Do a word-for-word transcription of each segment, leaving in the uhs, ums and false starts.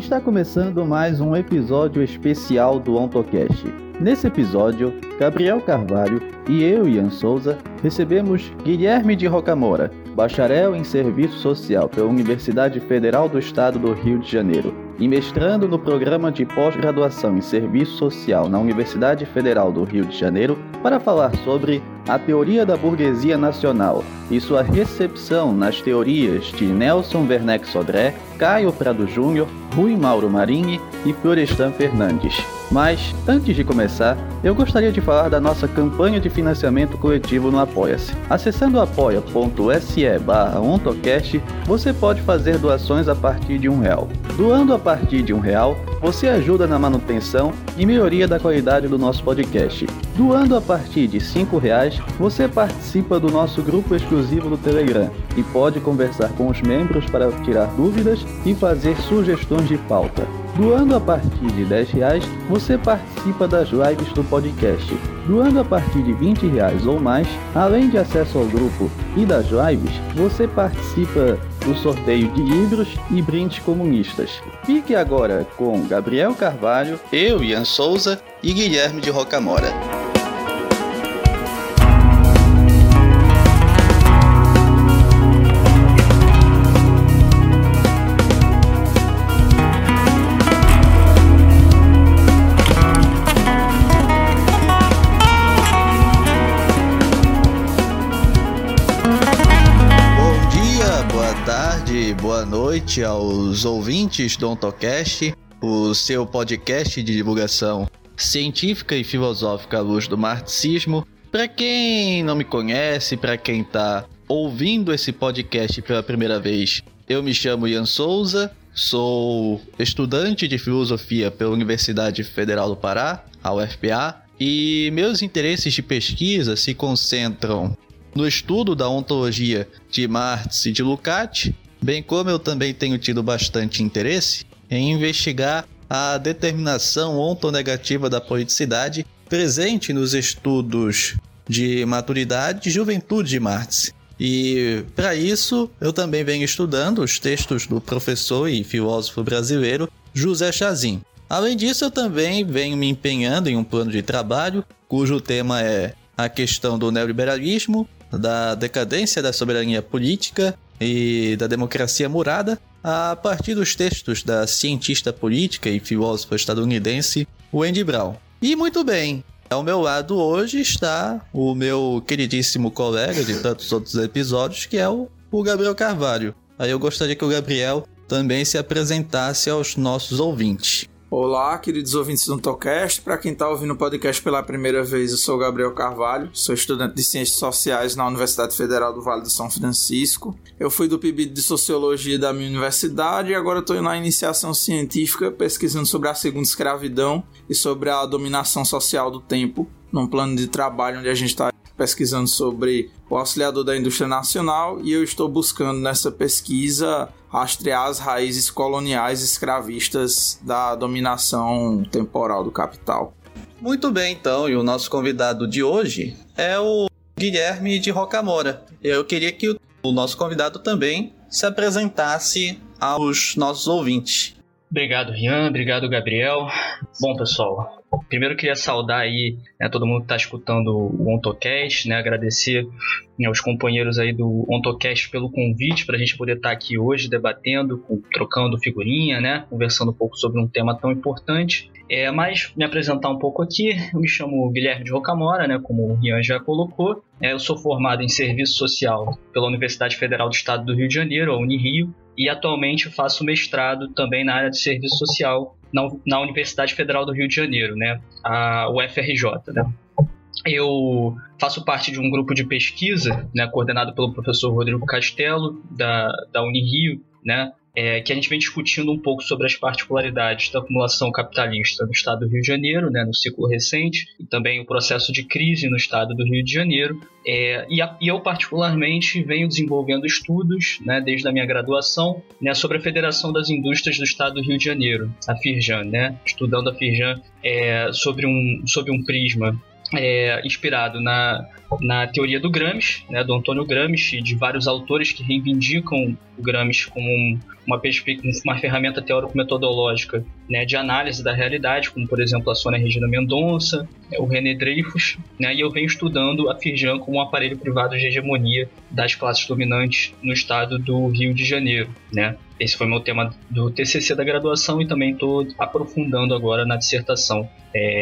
Está começando mais um episódio especial do OntoCast. Nesse episódio, Gabriel Carvalho e eu, Ian Souza, recebemos Guilherme de Rocamora, bacharel em Serviço Social pela Universidade Federal do Estado do Rio de Janeiro e mestrando no programa de pós-graduação em Serviço Social na Universidade Federal do Rio de Janeiro, para falar sobre a teoria da burguesia nacional e sua recepção nas teorias de Nelson Werneck Sodré, Caio Prado Júnior, Rui Mauro Marini e Florestan Fernandes. Mas, antes de começar, eu gostaria de falar da nossa campanha de financiamento coletivo no Apoia-se. Acessando apoia.se barra ontocast, você pode fazer doações a partir de um real. Doando a partir de um real, você ajuda na manutenção e melhoria da qualidade do nosso podcast. Doando a partir de cinco reais, você participa do nosso grupo exclusivo do Telegram e pode conversar com os membros para tirar dúvidas e fazer sugestões de pauta. Doando a partir de dez reais, você participa das lives do podcast. Doando a partir de vinte reais ou mais, além de acesso ao grupo e das lives, você participa do sorteio de livros e brindes comunistas. Fique agora com Gabriel Carvalho, eu, Ian Souza e Guilherme de Rocamora. Boa noite aos ouvintes do OntoCast, o seu podcast de divulgação científica e filosófica à luz do marxismo. Para quem não me conhece, para quem está ouvindo esse podcast pela primeira vez, eu me chamo Ian Souza, sou estudante de filosofia pela Universidade Federal do Pará, a U F P A, e meus interesses de pesquisa se concentram no estudo da ontologia de Marx e de Lukács, bem como eu também tenho tido bastante interesse em investigar a determinação ontonegativa da politicidade presente nos estudos de maturidade e juventude de Marx. E, para isso, eu também venho estudando os textos do professor e filósofo brasileiro José Chazin. Além disso, eu também venho me empenhando em um plano de trabalho cujo tema é a questão do neoliberalismo, da decadência da soberania política e da democracia murada, a partir dos textos da cientista política e filósofa estadunidense Wendy Brown. E muito bem, ao meu lado hoje está o meu queridíssimo colega de tantos outros episódios, que é o, o Gabriel Carvalho. Aí eu gostaria que o Gabriel também se apresentasse aos nossos ouvintes. Olá, queridos ouvintes do OntoCast. Para quem está ouvindo o podcast pela primeira vez, eu sou o Gabriel Carvalho, sou estudante de Ciências Sociais na Universidade Federal do Vale do São Francisco. Eu fui do P I B de Sociologia da minha universidade e agora estou na iniciação científica pesquisando sobre a segunda escravidão e sobre a dominação social do tempo, num plano de trabalho onde a gente está pesquisando sobre o auxiliador da indústria nacional, e eu estou buscando nessa pesquisa rastrear as raízes coloniais escravistas da dominação temporal do capital. Muito bem, então, e o nosso convidado de hoje é o Guilherme de Rocamora. Eu queria que o nosso convidado também se apresentasse aos nossos ouvintes. Obrigado, Rian. Obrigado, Gabriel. Bom, pessoal, primeiro eu queria saudar aí, né, todo mundo que está escutando o OntoCast, né, agradecer, né, aos companheiros aí do OntoCast pelo convite para a gente poder estar aqui hoje debatendo, trocando figurinha, né, conversando um pouco sobre um tema tão importante. É, mas me apresentar um pouco aqui, eu me chamo Guilherme de Rocamora, né, como o Rian já colocou. É, eu sou formado em Serviço Social pela Universidade Federal do Estado do Rio de Janeiro, a Unirio, e atualmente faço mestrado também na área de Serviço Social na, na Universidade Federal do Rio de Janeiro, né, a U F R J, né. Eu faço parte de um grupo de pesquisa, né, coordenado pelo professor Rodrigo Castelo, da, da Unirio, né, é, que a gente vem discutindo um pouco sobre as particularidades da acumulação capitalista no estado do Rio de Janeiro, né, no ciclo recente, e também o processo de crise no estado do Rio de Janeiro. É, e, a, e eu, particularmente, venho desenvolvendo estudos, né, desde a minha graduação, né, sobre a Federação das Indústrias do Estado do Rio de Janeiro, a Firjan, né, estudando a Firjan é, sobre, um, sobre um prisma é, inspirado na, na teoria do Gramsci, né, do Antônio Gramsci, e de vários autores que reivindicam o Gramsci como um, uma, uma ferramenta teórico-metodológica, né, de análise da realidade, como, por exemplo, a Sônia Regina Mendonça, o René Dreyfus, né, e eu venho estudando a Firjan como um aparelho privado de hegemonia das classes dominantes no estado do Rio de Janeiro, né. Esse foi meu tema do T C C da graduação e também estou aprofundando agora na dissertação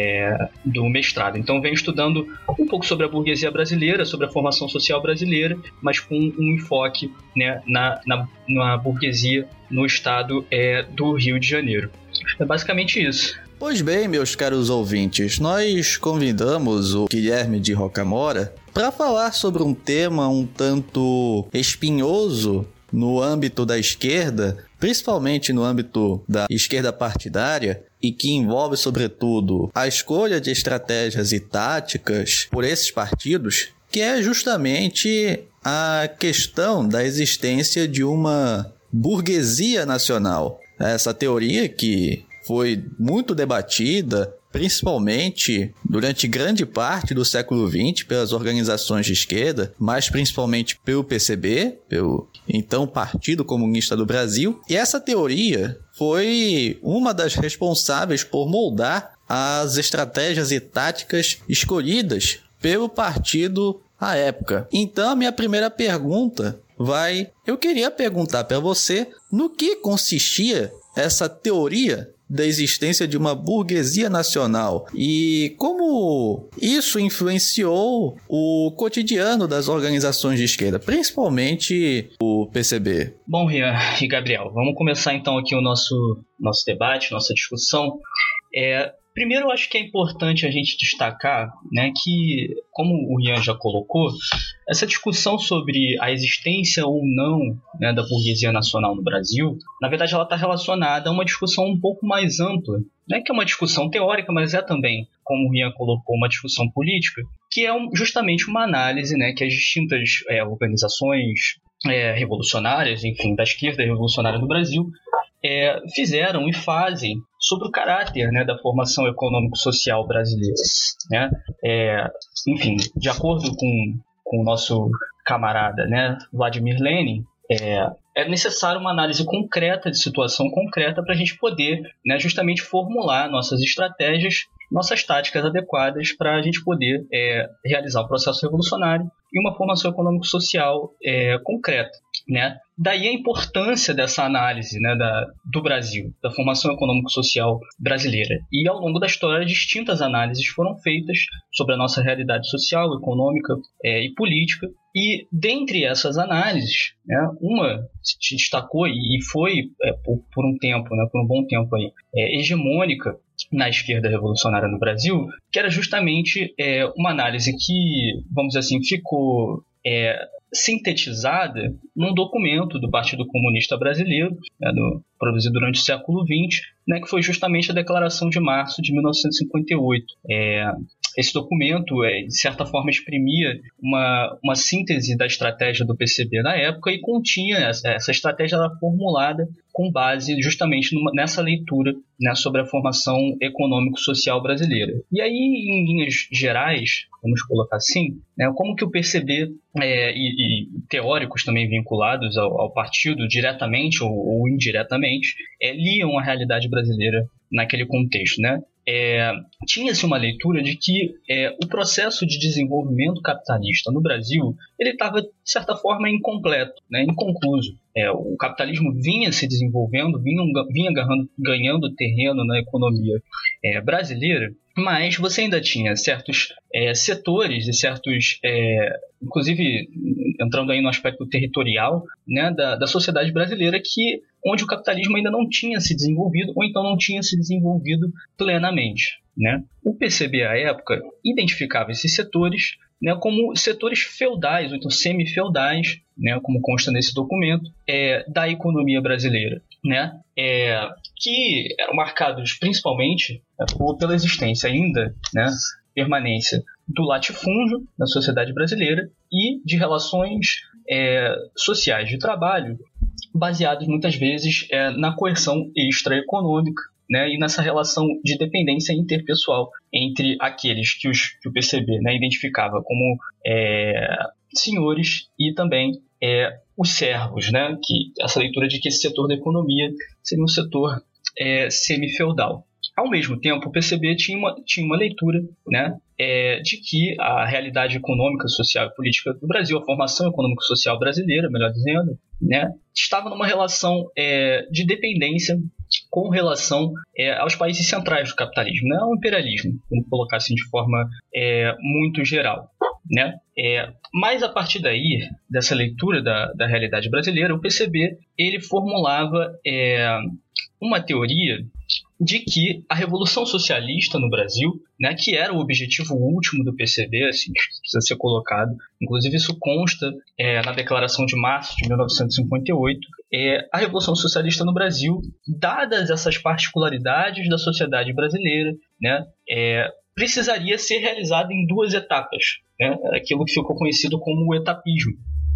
é, do mestrado. Então, venho estudando um pouco sobre a burguesia brasileira, sobre a formação social brasileira, mas com um enfoque, né, na, na, na burguesia no estado é, do Rio de Janeiro. É basicamente isso. Pois bem, meus caros ouvintes, nós convidamos o Guilherme de Rocamora para falar sobre um tema um tanto espinhoso no âmbito da esquerda, principalmente no âmbito da esquerda partidária, e que envolve, sobretudo, a escolha de estratégias e táticas por esses partidos, que é justamente a questão da existência de uma burguesia nacional. Essa teoria que foi muito debatida, principalmente durante grande parte do século vinte pelas organizações de esquerda, mas principalmente pelo P C B, pelo então Partido Comunista do Brasil. E essa teoria foi uma das responsáveis por moldar as estratégias e táticas escolhidas pelo partido à época. Então, a minha primeira pergunta vai... Eu queria perguntar para você no que consistia essa teoria da existência de uma burguesia nacional e como isso influenciou o cotidiano das organizações de esquerda, principalmente o P C B. Bom, Rian e Gabriel, vamos começar então aqui o nosso, nosso debate, nossa discussão. É, primeiro, eu acho que é importante a gente destacar, né, que, como o Rian já colocou, essa discussão sobre a existência ou não, né, da burguesia nacional no Brasil, na verdade ela está relacionada a uma discussão um pouco mais ampla, né, que é uma discussão teórica, mas é também, como o Rian colocou, uma discussão política, que é um, justamente uma análise, né, que as distintas é, organizações é, revolucionárias, enfim, da esquerda revolucionária do Brasil, É, fizeram e fazem sobre o caráter, né, da formação econômico-social brasileira, né? É, enfim, de acordo com, com o nosso camarada, né, Vladimir Lenin, é, é necessário uma análise concreta, de situação concreta, para a gente poder, né, justamente formular nossas estratégias, nossas táticas adequadas para a gente poder é, realizar o processo revolucionário e uma formação econômico-social é, concreta, né? Daí a importância dessa análise, né, da, do Brasil, da formação econômico-social brasileira. E ao longo da história, distintas análises foram feitas sobre a nossa realidade social, econômica é, e política. E dentre essas análises, né, uma se destacou e foi é, por, por um tempo, né, por um bom tempo aí, é, hegemônica na esquerda revolucionária no Brasil, que era justamente é, uma análise que, vamos dizer assim, ficou é, sintetizada num documento do Partido Comunista Brasileiro, né, do, produzido durante o século vinte, né, que foi justamente a Declaração de Março de mil novecentos e cinquenta e oito. É, esse documento, é, de certa forma, exprimia uma, uma síntese da estratégia do P C B na época e continha, essa, essa estratégia era formulada com base justamente numa, nessa leitura, né, sobre a formação econômico-social brasileira. E aí, em linhas gerais, vamos colocar assim, né, como que o P C B é, e, e teóricos também vinculados ao, ao partido, diretamente ou, ou indiretamente, é, liam a realidade brasileira naquele contexto, né? É, tinha-se uma leitura de que é, o processo de desenvolvimento capitalista no Brasil ele estava, de certa forma, incompleto, né, inconcluso. É, o capitalismo vinha se desenvolvendo, vinha, vinha ganhando, ganhando terreno na economia é, brasileira, mas você ainda tinha certos é, setores e certos, é, inclusive entrando aí no aspecto territorial, né, da, da sociedade brasileira, que, onde o capitalismo ainda não tinha se desenvolvido ou então não tinha se desenvolvido plenamente, né? O P C B, à época, identificava esses setores, né, como setores feudais, ou então semi-feudais, né, como consta nesse documento, é, da economia brasileira, né, é, que eram marcados principalmente é, por, pela existência ainda, né, permanência do latifúndio na sociedade brasileira e de relações é, sociais de trabalho baseados muitas vezes é, na coerção extraeconômica, né, e nessa relação de dependência interpessoal entre aqueles que, os, que o P C B, né, identificava como é, senhores e também é, os servos, né, que essa leitura de que esse setor da economia seria um setor é, semi-feudal. Ao mesmo tempo, o P C B tinha uma, tinha uma leitura, né, é, de que a realidade econômica, social e política do Brasil, a formação econômico-social brasileira, melhor dizendo, né, estava numa relação é, de dependência com relação é, aos países centrais do capitalismo, né, ao imperialismo, vamos colocar assim de forma é, muito geral. Né? É, mas a partir daí, dessa leitura da, da realidade brasileira, o P C B ele formulava é, uma teoria de que a Revolução Socialista no Brasil, né, que era o objetivo último do P C B, assim, precisa ser colocado, inclusive isso consta é, na Declaração de Março de mil novecentos e cinquenta e oito, é, a Revolução Socialista no Brasil, dadas essas particularidades da sociedade brasileira, né, é, precisaria ser realizada em duas etapas, né, aquilo que ficou conhecido como o etapismo,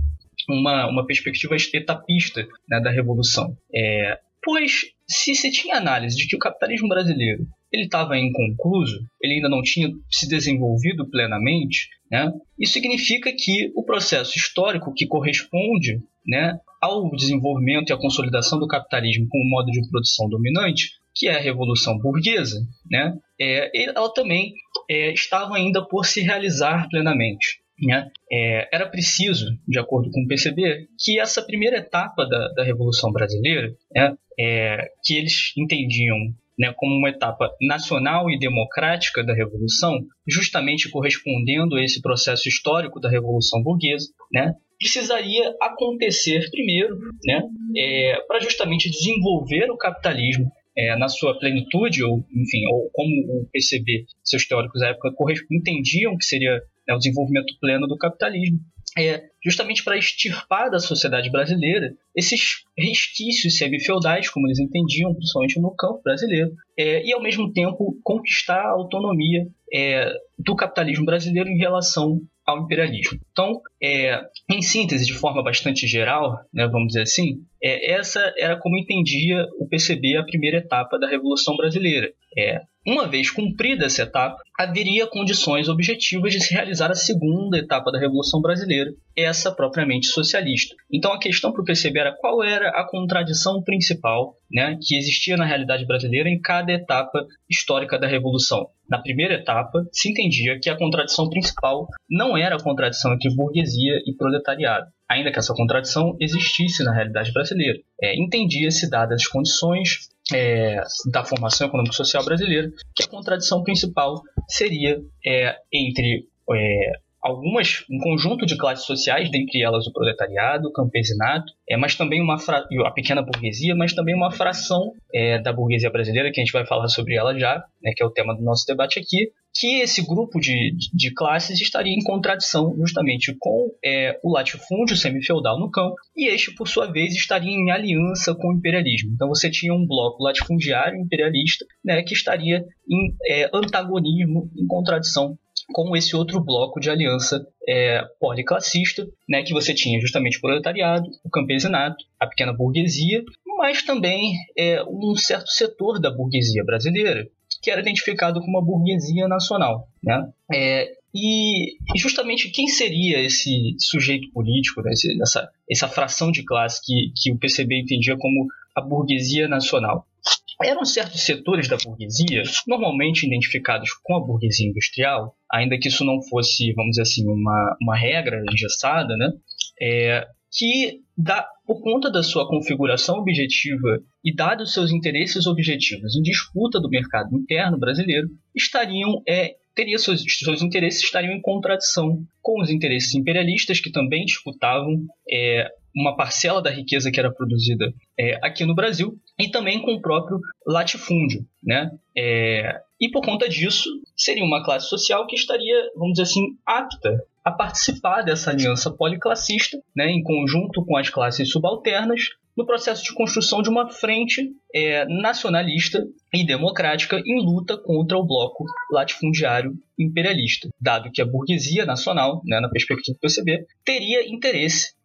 uma, uma perspectiva etapista, né, da Revolução. É, pois, se se tinha análise de que o capitalismo brasileiro ele estava inconcluso, ele ainda não tinha se desenvolvido plenamente, né, isso significa que o processo histórico que corresponde, né, ao desenvolvimento e à consolidação do capitalismo como modo de produção dominante, que é a Revolução Burguesa, né, é, ela também é, estava ainda por se realizar plenamente. Né? É, era preciso, de acordo com o P C B, que essa primeira etapa da, da Revolução Brasileira, né, é, que eles entendiam, né, como uma etapa nacional e democrática da Revolução, justamente correspondendo a esse processo histórico da Revolução Burguesa, né, precisaria acontecer primeiro, né, é, para justamente desenvolver o capitalismo É, na sua plenitude, ou enfim, ou como o P C B, seus teóricos da época, entendiam que seria, né, o desenvolvimento pleno do capitalismo, é, justamente para extirpar da sociedade brasileira esses resquícios semi-feudais, como eles entendiam, principalmente no campo brasileiro, é, e ao mesmo tempo conquistar a autonomia é, do capitalismo brasileiro em relação ao imperialismo. Então, é, em síntese, de forma bastante geral, né, vamos dizer assim, é, essa era como entendia o P C B a primeira etapa da Revolução Brasileira. É, uma vez cumprida essa etapa, haveria condições objetivas de se realizar a segunda etapa da Revolução Brasileira, essa propriamente socialista. Então a questão para o P C B era qual era a contradição principal, né, que existia na realidade brasileira em cada etapa histórica da Revolução. Na primeira etapa, se entendia que a contradição principal não era a contradição entre burguesia e proletariado, ainda que essa contradição existisse na realidade brasileira. É, entendia-se, dadas as condições é, da formação econômico-social brasileira, que a contradição principal seria é, entre é, algumas, um conjunto de classes sociais, dentre elas o proletariado, o campesinato, é, mas também uma fra- a pequena burguesia, mas também uma fração é, da burguesia brasileira, que a gente vai falar sobre ela já, né, que é o tema do nosso debate aqui, que esse grupo de, de classes estaria em contradição justamente com é, o latifúndio semifeudal no campo, e este, por sua vez, estaria em aliança com o imperialismo. Então você tinha um bloco latifundiário imperialista, né, que estaria em é, antagonismo, em contradição com esse outro bloco de aliança é, policlassista, né, que você tinha justamente o proletariado, o campesinato, a pequena burguesia, mas também é, um certo setor da burguesia brasileira, que era identificado como a burguesia nacional. Né? É, e justamente quem seria esse sujeito político, né, esse, essa, essa fração de classe que, que o P C B entendia como a burguesia nacional? Eram certos setores da burguesia, normalmente identificados com a burguesia industrial, ainda que isso não fosse, vamos dizer assim, uma, uma regra engessada, né? É, que, da, por conta da sua configuração objetiva e dados os seus interesses objetivos em disputa do mercado interno brasileiro, estariam, é, teria seus, seus interesses estariam em contradição com os interesses imperialistas, que também disputavam é, uma parcela da riqueza que era produzida é, aqui no Brasil, e também com o próprio latifúndio, né? É, e por conta disso, seria uma classe social que estaria, vamos dizer assim, apta a participar dessa aliança policlassista, né, em conjunto com as classes subalternas, no processo de construção de uma frente é, nacionalista e democrática em luta contra o bloco latifundiário imperialista, dado que a burguesia nacional, né, na perspectiva do P C B, teria interesse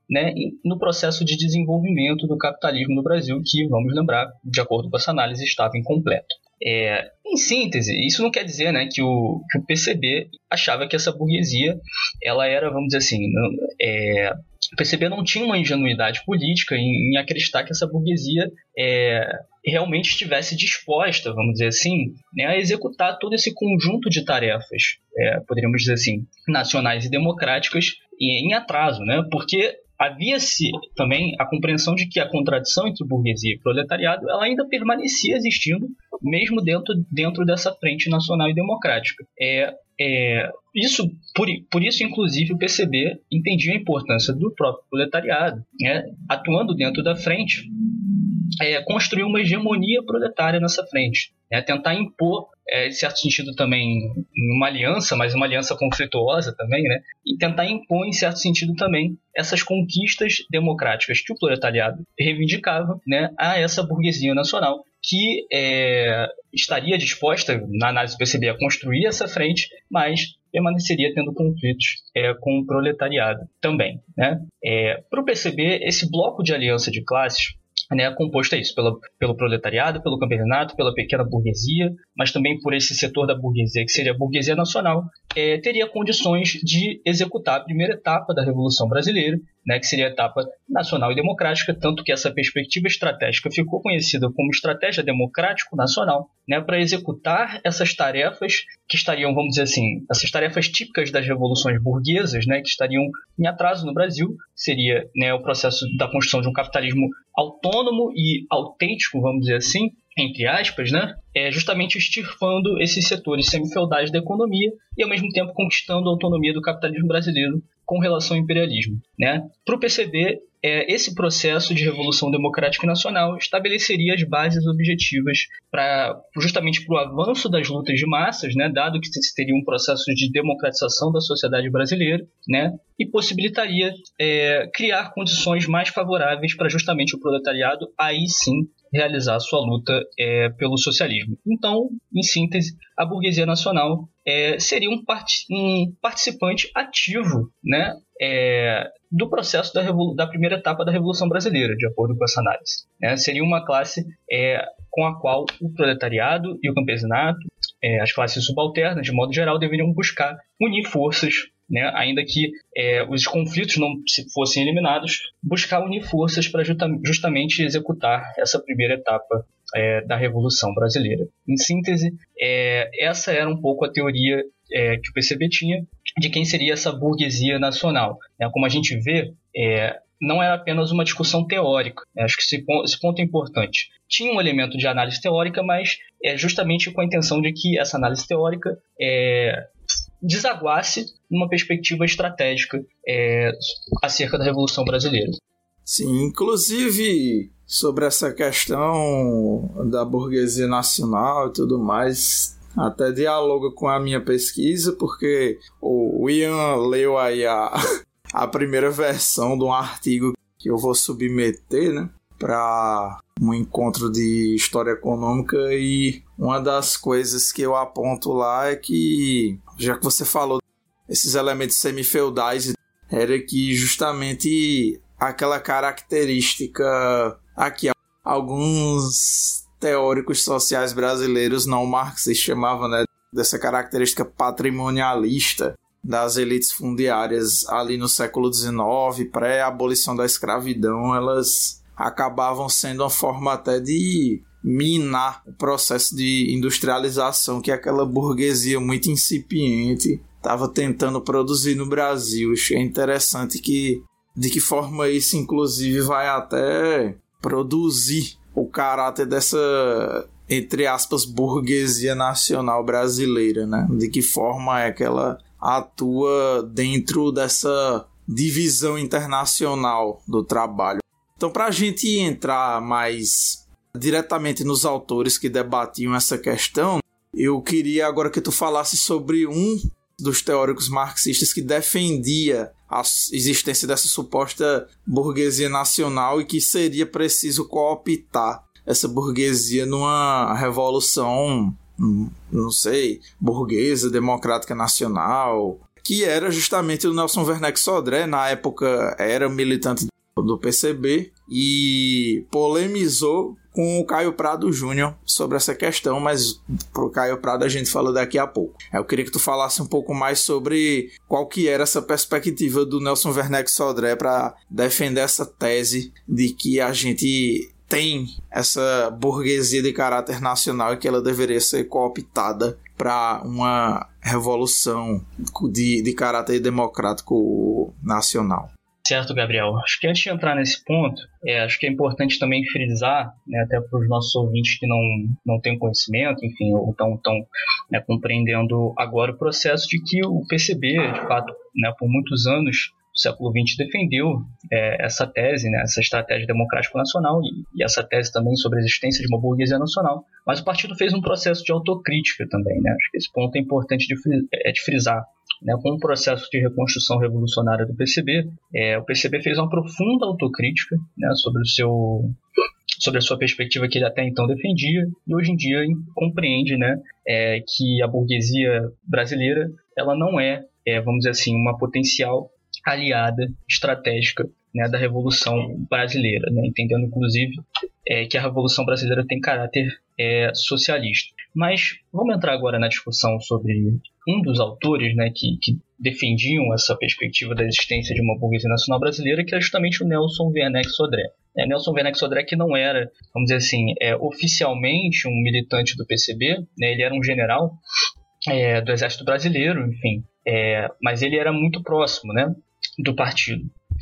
né, no processo de desenvolvimento do capitalismo no Brasil, que, vamos lembrar, de acordo com essa análise, estava incompleto. É, em síntese, isso não quer dizer, né, que, o, que o P C B achava que essa burguesia ela era, vamos dizer assim, não, é, o P C B não tinha uma ingenuidade política em, em acreditar que essa burguesia é, realmente estivesse disposta, vamos dizer assim, né, a executar todo esse conjunto de tarefas, é, poderíamos dizer assim, nacionais e democráticas em, em atraso, né, porque havia-se também a compreensão de que a contradição entre burguesia e proletariado ela ainda permanecia existindo, mesmo dentro, dentro dessa frente nacional e democrática. É, é, isso, por, por isso, inclusive, o P C B entendia a importância do próprio proletariado, né, atuando dentro da frente, é, construir uma hegemonia proletária nessa frente, né, tentar impor, é, em certo sentido também, uma aliança, mas uma aliança conflituosa também, né, e tentar impor, em certo sentido também, essas conquistas democráticas que o proletariado reivindicava, né, a essa burguesia nacional, que é, estaria disposta, na análise do P C B, a construir essa frente, mas permaneceria tendo conflitos é, com o proletariado também, né? É, para o P C B, esse bloco de aliança de classes, né, composto é isso, pelo, pelo proletariado, pelo campesinato, pela pequena burguesia, mas também por esse setor da burguesia, que seria a burguesia nacional, é, teria condições de executar a primeira etapa da Revolução Brasileira, né, que seria a etapa nacional e democrática, tanto que essa perspectiva estratégica ficou conhecida como estratégia democrático-nacional, né, para executar essas tarefas que estariam, vamos dizer assim, essas tarefas típicas das revoluções burguesas, né, que estariam em atraso no Brasil, seria, né, o processo da construção de um capitalismo autônomo e autêntico, vamos dizer assim, entre aspas, né, é justamente extirpando esses setores semifeudais da economia e, ao mesmo tempo, conquistando a autonomia do capitalismo brasileiro com relação ao imperialismo, né? Para o P C B, é, esse processo de revolução democrática e nacional estabeleceria as bases objetivas para justamente para o avanço das lutas de massas, né, dado que se teria um processo de democratização da sociedade brasileira, né, e possibilitaria é, criar condições mais favoráveis para justamente o proletariado aí sim realizar sua luta é, pelo socialismo. Então, em síntese, a burguesia nacional é, seria um, part- um participante ativo, né, é, do processo da, revolu- da primeira etapa da Revolução Brasileira, de acordo com essa análise. É, seria uma classe é, com a qual o proletariado e o campesinato, é, as classes subalternas, de modo geral, deveriam buscar unir forças, né, ainda que é, os conflitos não fossem eliminados, buscar unir forças para justa- justamente executar essa primeira etapa é, da Revolução Brasileira. Em síntese, é, essa era um pouco a teoria é, que o P C B tinha de quem seria essa burguesia nacional. É, como a gente vê, é, não era apenas uma discussão teórica. É, acho que esse ponto, esse ponto é importante. Tinha um elemento de análise teórica, mas é justamente com a intenção de que essa análise teórica é, desaguasse numa perspectiva estratégica é, acerca da Revolução Brasileira. Sim, inclusive sobre essa questão da burguesia nacional e tudo mais, até dialoga com a minha pesquisa, porque o Ian leu aí a, a primeira versão de um artigo que eu vou submeter, né, para um encontro de história econômica, e uma das coisas que eu aponto lá é que, já que você falou esses elementos semifeudais, era que justamente aquela característica aqui, alguns teóricos sociais brasileiros não marxistas chamavam, né, dessa característica patrimonialista das elites fundiárias ali no século dezenove, pré-abolição da escravidão, elas acabavam sendo uma forma até de minar o processo de industrialização que aquela burguesia muito incipiente estava tentando produzir no Brasil. É interessante que de que forma isso, inclusive, vai até produzir o caráter dessa, entre aspas, burguesia nacional brasileira, né? De que forma é que ela atua dentro dessa divisão internacional do trabalho. Então, para a gente entrar mais diretamente nos autores que debatiam essa questão, eu queria agora que tu falasse sobre um dos teóricos marxistas que defendia a existência dessa suposta burguesia nacional e que seria preciso cooptar essa burguesia numa revolução, não sei, burguesa, democrática nacional, que era justamente o Nelson Werneck Sodré, na época era militante do P C B, e polemizou com o Caio Prado Júnior sobre essa questão, mas pro Caio Prado a gente fala daqui a pouco. Eu queria que tu falasse um pouco mais sobre qual que era essa perspectiva do Nelson Werneck Sodré para defender essa tese de que a gente tem essa burguesia de caráter nacional e que ela deveria ser cooptada para uma revolução de, de caráter democrático nacional. Certo, Gabriel. Acho que antes de entrar nesse ponto, é, acho que é importante também frisar, né, até para os nossos ouvintes que não, não têm conhecimento, enfim, ou estão né, compreendendo agora o processo de que o P C B, de fato, né, por muitos anos, o século vinte defendeu é, essa tese, né, essa estratégia democrática nacional e, e essa tese também sobre a existência de uma burguesia nacional, mas o partido fez um processo de autocrítica também, né, acho que esse ponto é importante de, é, de frisar. Né, com o processo de reconstrução revolucionária do P C B, é, o P C B fez uma profunda autocrítica, né, sobre, o seu, sobre a sua perspectiva que ele até então defendia, e hoje em dia compreende, né, é, que a burguesia brasileira ela não é, é, vamos dizer assim, uma potencial aliada estratégica, né, da Revolução Brasileira, né, entendendo inclusive é, que a Revolução Brasileira tem caráter é, socialista. Mas vamos entrar agora na discussão sobre um dos autores, né, que, que defendiam essa perspectiva da existência de uma burguesia nacional brasileira, que é justamente o Nelson Werneck Sodré. É, Nelson Werneck Sodré, que não era, vamos dizer assim, é, oficialmente um militante do P C B, né, ele era um general é, do Exército Brasileiro, enfim, é, mas ele era muito próximo, né, do partido.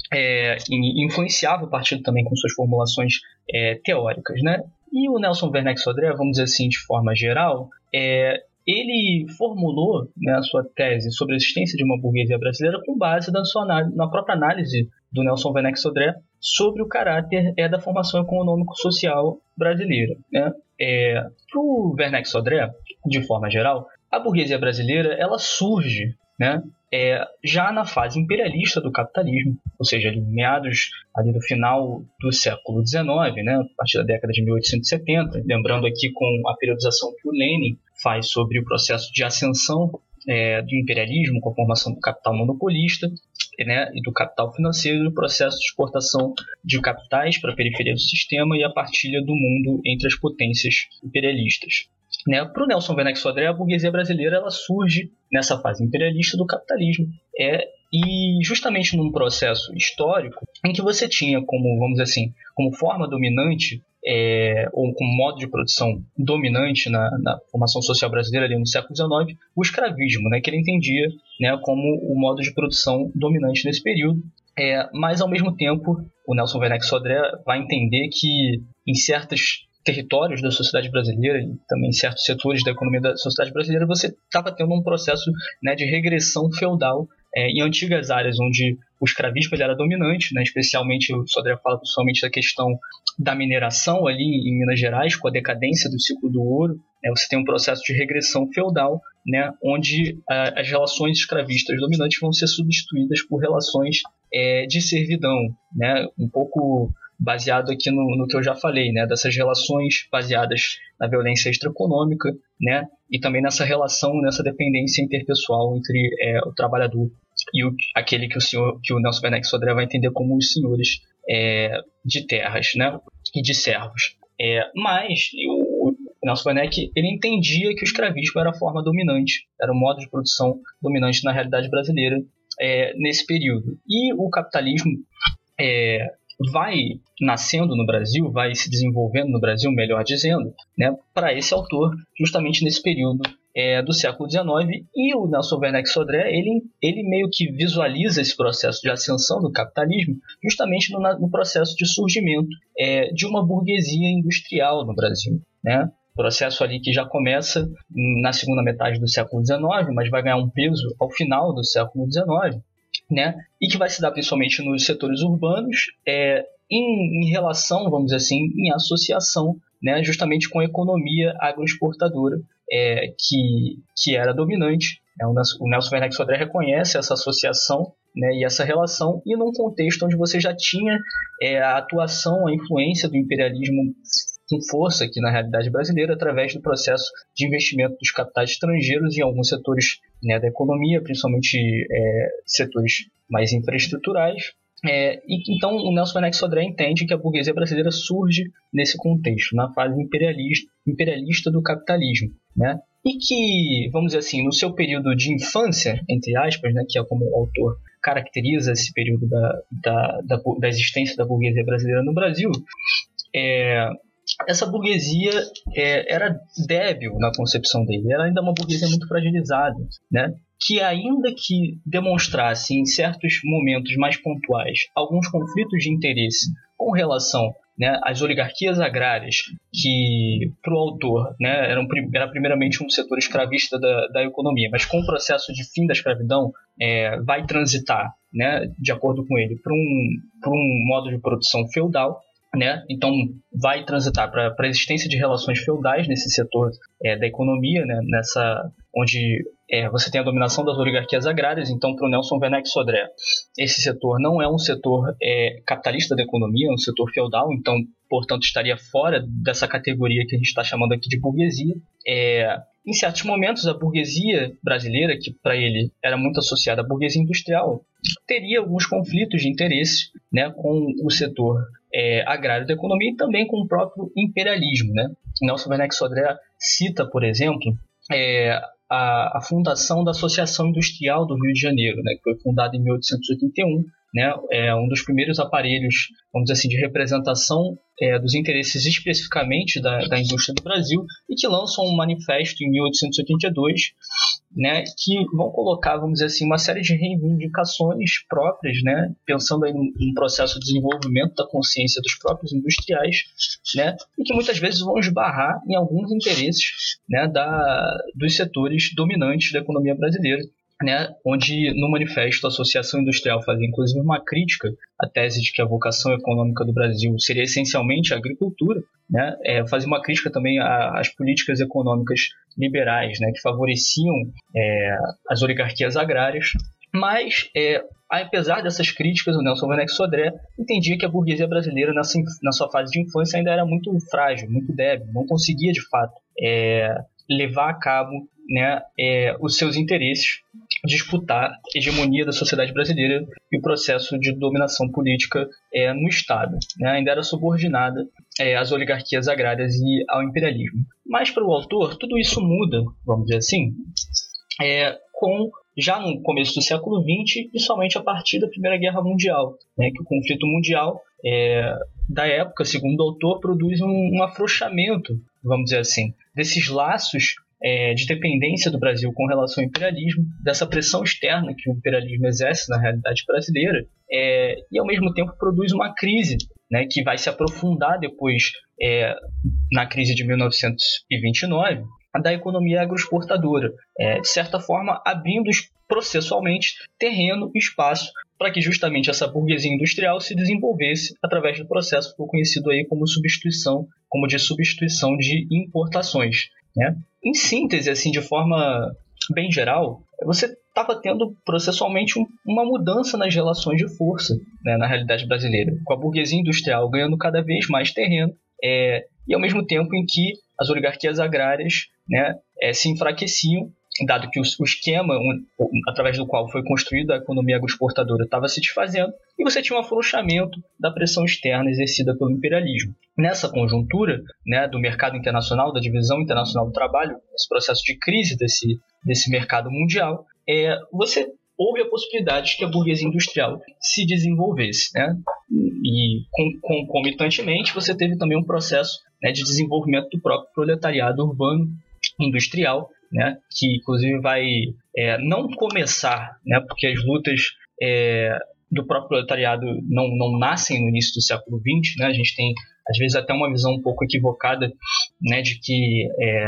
É, e influenciava o partido também com suas formulações é, teóricas, né? E o Nelson Werneck Sodré, vamos dizer assim, de forma geral, é, ele formulou, né, a sua tese sobre a existência de uma burguesia brasileira com base na, sua, na própria análise do Nelson Werneck Sodré sobre o caráter é, da formação econômico-social brasileira. Né? É, para o Werneck Sodré, de forma geral, a burguesia brasileira ela surge, né, é, já na fase imperialista do capitalismo, ou seja, ali, meados ali do final do século dezenove, né, a partir da década de mil oitocentos e setenta, lembrando aqui com a periodização que o Lenin faz sobre o processo de ascensão é, do imperialismo com a formação do capital monopolista, né, e do capital financeiro, e o processo de exportação de capitais para a periferia do sistema e a partilha do mundo entre as potências imperialistas. Né, para o Nelson Werneck Sodré, a burguesia brasileira ela surge nessa fase imperialista do capitalismo é, e justamente num processo histórico em que você tinha como, vamos dizer assim, como forma dominante é, ou como modo de produção dominante na, na formação social brasileira ali no século dezenove, o escravismo, né, que ele entendia, né, como o modo de produção dominante nesse período. É, mas, ao mesmo tempo, o Nelson Werneck Sodré vai entender que em certas territórios da sociedade brasileira e também em certos setores da economia da sociedade brasileira, você estava tendo um processo, né, de regressão feudal é, em antigas áreas onde o escravismo ele era dominante, né, especialmente, o Sodré fala principalmente da questão da mineração ali em Minas Gerais, com a decadência do ciclo do ouro, né, você tem um processo de regressão feudal, né, onde a, as relações escravistas dominantes vão ser substituídas por relações é, de servidão, né, um pouco baseado aqui no, no que eu já falei, né, dessas relações baseadas na violência extraeconômica, né, e também nessa relação, nessa dependência interpessoal entre é, o trabalhador e o, aquele que o, senhor, que o Nelson Werneck Sodré vai entender como os senhores é, de terras, né, e de servos. É, mas o, o Nelson Werneck ele entendia que o escravismo era a forma dominante, era o modo de produção dominante na realidade brasileira é, nesse período. E o capitalismo é, vai nascendo no Brasil, vai se desenvolvendo no Brasil, melhor dizendo, né, para esse autor, justamente nesse período é, do século dezenove, e o Nelson Werneck Sodré, ele, ele meio que visualiza esse processo de ascensão do capitalismo justamente no, no processo de surgimento é, de uma burguesia industrial no Brasil, né? Processo ali que já começa na segunda metade do século dezenove, mas vai ganhar um peso ao final do século dezenove, né? E que vai se dar principalmente nos setores urbanos, é, em, em relação, vamos dizer assim, em associação, né, justamente com a economia agroexportadora é, que, que era dominante. Né? O Nelson Werneck Sodré reconhece essa associação, né, e essa relação, e num contexto onde você já tinha é, a atuação, a influência do imperialismo com força aqui na realidade brasileira através do processo de investimento dos capitais estrangeiros em alguns setores, né, da economia, principalmente é, setores mais infraestruturais. É, e, então o Nelson Werneck Sodré entende que a burguesia brasileira surge nesse contexto, na fase imperialista, imperialista do capitalismo, né? E que, vamos dizer assim, no seu período de infância, entre aspas, né, que é como o autor caracteriza esse período da, da, da, da existência da burguesia brasileira no Brasil, é, essa burguesia é, era débil na concepção dele, era ainda uma burguesia muito fragilizada, né? Que ainda que demonstrasse em certos momentos mais pontuais alguns conflitos de interesse com relação, né, às oligarquias agrárias, que para o autor, né, eram, era primeiramente um setor escravista da, da economia, mas com o processo de fim da escravidão é, vai transitar, né, de acordo com ele, para um, para um modo de produção feudal, né? Então vai transitar para a existência de relações feudais nesse setor é, da economia, né? Nessa, onde é, você tem a dominação das oligarquias agrárias. Então, para o Nelson Werneck Sodré, esse setor não é um setor é, capitalista da economia, é um setor feudal, então, portanto, estaria fora dessa categoria que a gente está chamando aqui de burguesia. É, em certos momentos, a burguesia brasileira, que para ele era muito associada à burguesia industrial, teria alguns conflitos de interesse, né, com o setor é, agrário da economia e também com o próprio imperialismo, né? Nelson Werneck Sodré cita, por exemplo, é, a, a fundação da Associação Industrial do Rio de Janeiro, né, que foi fundada em mil oitocentos e oitenta e um, né, é um dos primeiros aparelhos, vamos dizer assim, de representação é, dos interesses especificamente da, da indústria do Brasil, e que lançam um manifesto em mil oitocentos e oitenta e dois, né, que vão colocar, vamos dizer assim, uma série de reivindicações próprias, né, pensando aí num, num processo de desenvolvimento da consciência dos próprios industriais, né, e que muitas vezes vão esbarrar em alguns interesses, né, da, dos setores dominantes da economia brasileira, né, onde no manifesto a Associação Industrial fazia inclusive uma crítica à tese de que a vocação econômica do Brasil seria essencialmente a agricultura, né, é, fazia uma crítica também às políticas econômicas liberais, né, que favoreciam é, as oligarquias agrárias, mas é, apesar dessas críticas, o Nelson Werneck Sodré entendia que a burguesia brasileira nessa, na sua fase de infância ainda era muito frágil, muito débil, não conseguia de fato é, levar a cabo, né, é, os seus interesses, disputar a hegemonia da sociedade brasileira e o processo de dominação política é, no Estado, né, ainda era subordinada é, às oligarquias agrárias e ao imperialismo. Mas para o autor, tudo isso muda, vamos dizer assim, é, com, já no começo do século vinte e somente a partir da Primeira Guerra Mundial, né, que o conflito mundial é, da época, segundo o autor, produz um, um afrouxamento, vamos dizer assim, desses laços é, de dependência do Brasil com relação ao imperialismo, dessa pressão externa que o imperialismo exerce na realidade brasileira, é, e ao mesmo tempo produz uma crise, né, que vai se aprofundar depois é, na crise de mil novecentos e vinte e nove, da economia agroexportadora, é, de certa forma abrindo processualmente terreno e espaço para que justamente essa burguesia industrial se desenvolvesse através do processo que foi conhecido aí como substituição, como de substituição de importações, né? Em síntese, assim, de forma bem geral, você estava tendo processualmente um, uma mudança nas relações de força, né, na realidade brasileira, com a burguesia industrial ganhando cada vez mais terreno, é, e ao mesmo tempo em que as oligarquias agrárias, né, é, se enfraqueciam, dado que o, o esquema um, através do qual foi construída a economia agroexportadora estava se desfazendo, e você tinha um afrouxamento da pressão externa exercida pelo imperialismo. Nessa conjuntura, né, do mercado internacional, da divisão internacional do trabalho, esse processo de crise desse, desse mercado mundial, é, você houve a possibilidade de que a burguesia industrial se desenvolvesse, né? E concomitantemente você teve também um processo, né, de desenvolvimento do próprio proletariado urbano industrial, né, que inclusive vai é, não começar, né, porque as lutas é, do próprio proletariado não, não nascem no início do século vinte, né, a gente tem às vezes até uma visão um pouco equivocada, né, de que é,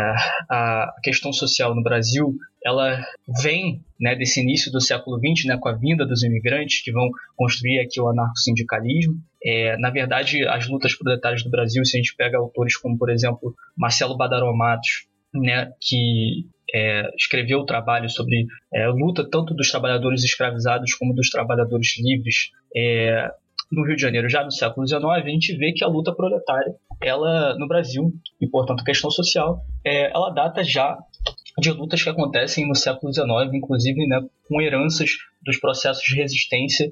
a questão social no Brasil ela vem, né, desse início do século vinte, né, com a vinda dos imigrantes que vão construir aqui o anarcossindicalismo. É, na verdade, as lutas proletárias do Brasil, se a gente pega autores como, por exemplo, Marcelo Badaró Matos, né, que é, escreveu o trabalho sobre é, a luta tanto dos trabalhadores escravizados como dos trabalhadores livres, é, no Rio de Janeiro já no século dezenove, a gente vê que a luta proletária, ela no Brasil, e portanto a questão social, é, ela data já de lutas que acontecem no século dezenove, inclusive, né, com heranças dos processos de resistência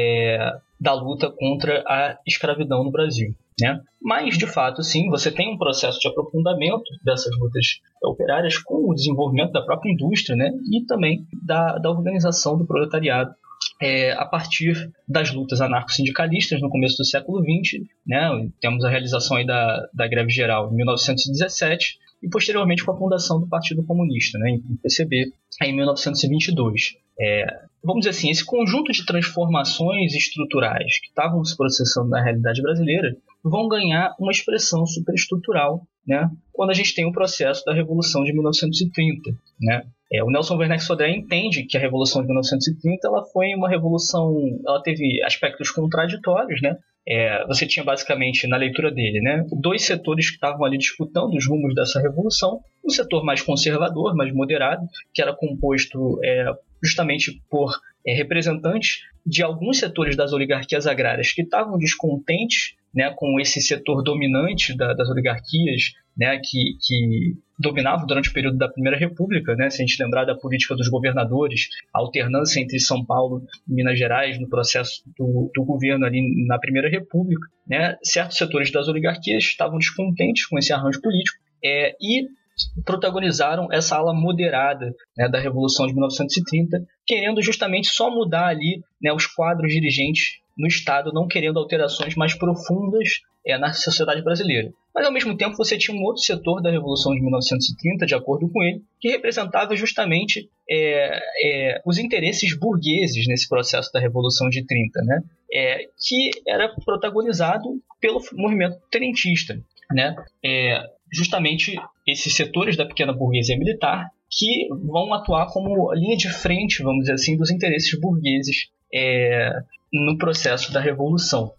é, da luta contra a escravidão no Brasil, né? Mas, de fato, sim, você tem um processo de aprofundamento dessas lutas operárias com o desenvolvimento da própria indústria, né, e também da, da organização do proletariado é, a partir das lutas anarco-sindicalistas no começo do século vinte, né? Temos a realização aí da, da greve geral em mil novecentos e dezessete e posteriormente com a fundação do Partido Comunista, né, em P C B, em mil novecentos e vinte e dois. É, vamos dizer assim, esse conjunto de transformações estruturais que estavam se processando na realidade brasileira vão ganhar uma expressão superestrutural, né, quando a gente tem o processo da Revolução de mil novecentos e trinta. Né? É, o Nelson Werneck Sodré entende que a Revolução de mil novecentos e trinta ela foi uma revolução, ela teve aspectos contraditórios, né? É, você tinha basicamente na leitura dele, né, dois setores que estavam ali disputando os rumos dessa revolução. Um setor mais conservador, mais moderado, que era composto é, justamente por é, representantes de alguns setores das oligarquias agrárias que estavam descontentes, né, com esse setor dominante da, das oligarquias, né, que, que dominavam durante o período da Primeira República, né, se a gente lembrar da política dos governadores, a alternância entre São Paulo e Minas Gerais no processo do, do governo ali na Primeira República, né, certos setores das oligarquias estavam descontentes com esse arranjo político é, e protagonizaram essa ala moderada, né, da Revolução de mil novecentos e trinta, querendo justamente só mudar ali, né, os quadros dirigentes no Estado, não querendo alterações mais profundas é, na sociedade brasileira. Mas, ao mesmo tempo, você tinha um outro setor da Revolução de mil novecentos e trinta, de acordo com ele, que representava justamente é, é, os interesses burgueses nesse processo da Revolução de trinta, né? É, que era protagonizado pelo movimento tenentista, né? É, justamente esses setores da pequena burguesia militar que vão atuar como linha de frente, vamos dizer assim, dos interesses burgueses é, no processo da Revolução.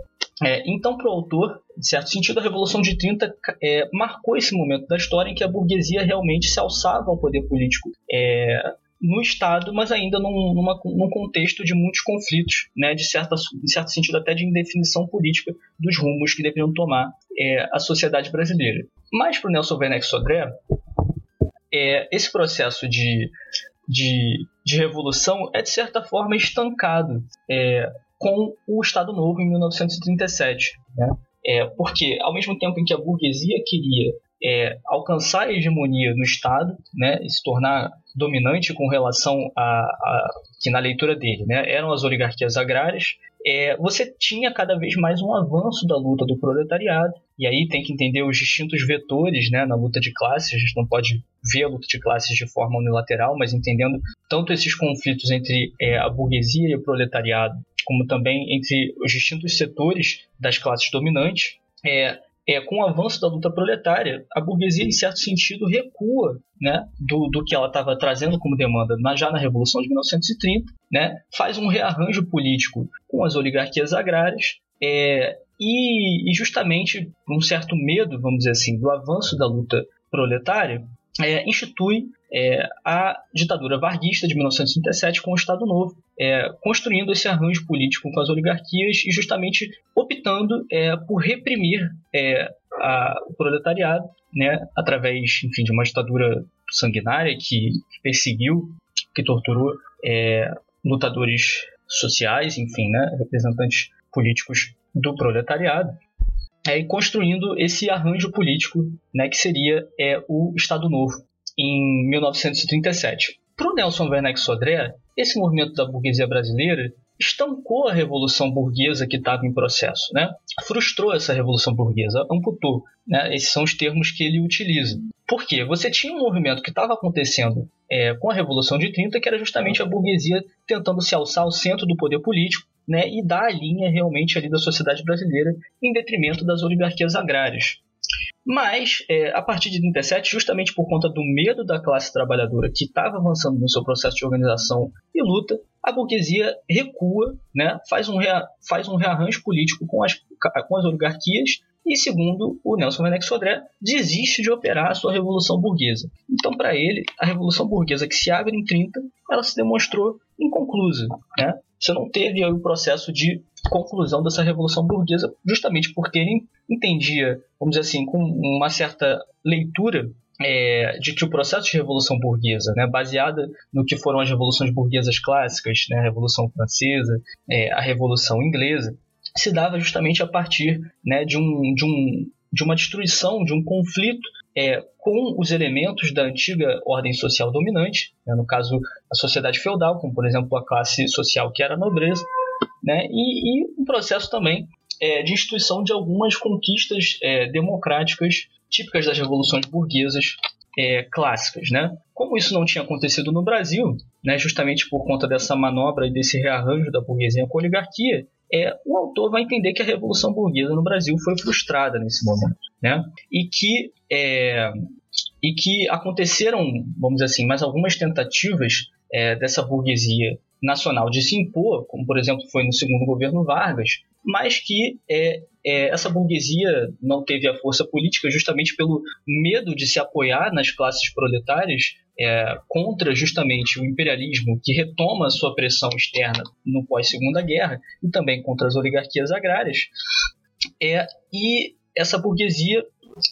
É, então, para o autor, em certo sentido, a Revolução de trinta é, marcou esse momento da história em que a burguesia realmente se alçava ao poder político é, no Estado, mas ainda num, numa, num contexto de muitos conflitos, né, de certa, em certo sentido até de indefinição política dos rumos que deveriam tomar é, a sociedade brasileira. Mas para o Nelson Werneck Sodré, é, esse processo de, de, de revolução é, de certa forma, estancado é, com o Estado Novo em mil novecentos e trinta e sete. Né? É, porque, ao mesmo tempo em que a burguesia queria é, alcançar a hegemonia no Estado, né, e se tornar dominante com relação a, a que na leitura dele, né, eram as oligarquias agrárias, é, você tinha cada vez mais um avanço da luta do proletariado, e aí tem que entender os distintos vetores, né, na luta de classes. A gente não pode ver a luta de classes de forma unilateral, mas entendendo tanto esses conflitos entre é, a burguesia e o proletariado, como também entre os distintos setores das classes dominantes. É, é, com o avanço da luta proletária, a burguesia, em certo sentido, recua, né, do, do que ela estava trazendo como demanda na, já na Revolução de mil novecentos e trinta, né, faz um rearranjo político com as oligarquias agrárias é, e, e justamente por um certo medo, vamos dizer assim, do avanço da luta proletária, é, institui é, a ditadura varguista de mil novecentos e trinta e sete com o Estado Novo, é, construindo esse arranjo político com as oligarquias e justamente optando é, por reprimir é, a, o proletariado, né, através, enfim, de uma ditadura sanguinária que perseguiu, que torturou é, lutadores sociais, enfim, né, representantes políticos do proletariado, é, e construindo esse arranjo político, né, que seria é, o Estado Novo em mil novecentos e trinta e sete. Para o Nelson Werneck Sodré, esse movimento da burguesia brasileira estancou a revolução burguesa que estava em processo, né? Frustrou essa revolução burguesa, amputou, né? Esses são os termos que ele utiliza. Por quê? Você tinha um movimento que estava acontecendo é, com a Revolução de trinta, que era justamente a burguesia tentando se alçar ao centro do poder político, né, e dar a linha realmente ali da sociedade brasileira em detrimento das oligarquias agrárias. Mas, é, a partir de trinta e sete, justamente por conta do medo da classe trabalhadora que estava avançando no seu processo de organização e luta, a burguesia recua, né, faz, um rea, faz um rearranjo político com as, com as oligarquias e, segundo o Nelson Werneck Sodré, desiste de operar a sua revolução burguesa. Então, para ele, a revolução burguesa que se abre em trinta, ela se demonstrou inconclusa, né? você não teve aí o processo de conclusão dessa Revolução Burguesa, justamente porque ele entendia, vamos dizer assim, com uma certa leitura é, de que o processo de Revolução Burguesa, né, baseada no que foram as revoluções burguesas clássicas, né, a Revolução Francesa, é, a Revolução Inglesa, se dava justamente a partir, né, de, um, de, um, de uma destruição, de um conflito é, com os elementos da antiga ordem social dominante, né, no caso a sociedade feudal, como por exemplo a classe social que era a nobreza, né, e, e um processo também é, de instituição de algumas conquistas é, democráticas típicas das revoluções burguesas é, clássicas, né? Como isso não tinha acontecido no Brasil, né, justamente por conta dessa manobra e desse rearranjo da burguesia com a oligarquia, é, o autor vai entender que a Revolução Burguesa no Brasil foi frustrada nesse momento, né? E que, é, e que aconteceram, vamos dizer assim, mais algumas tentativas é, dessa burguesia nacional de se impor, como por exemplo foi no segundo governo Vargas, mas que é, é, essa burguesia não teve a força política justamente pelo medo de se apoiar nas classes proletárias é, contra justamente o imperialismo que retoma a sua pressão externa no pós-segunda guerra e também contra as oligarquias agrárias. É, e essa burguesia...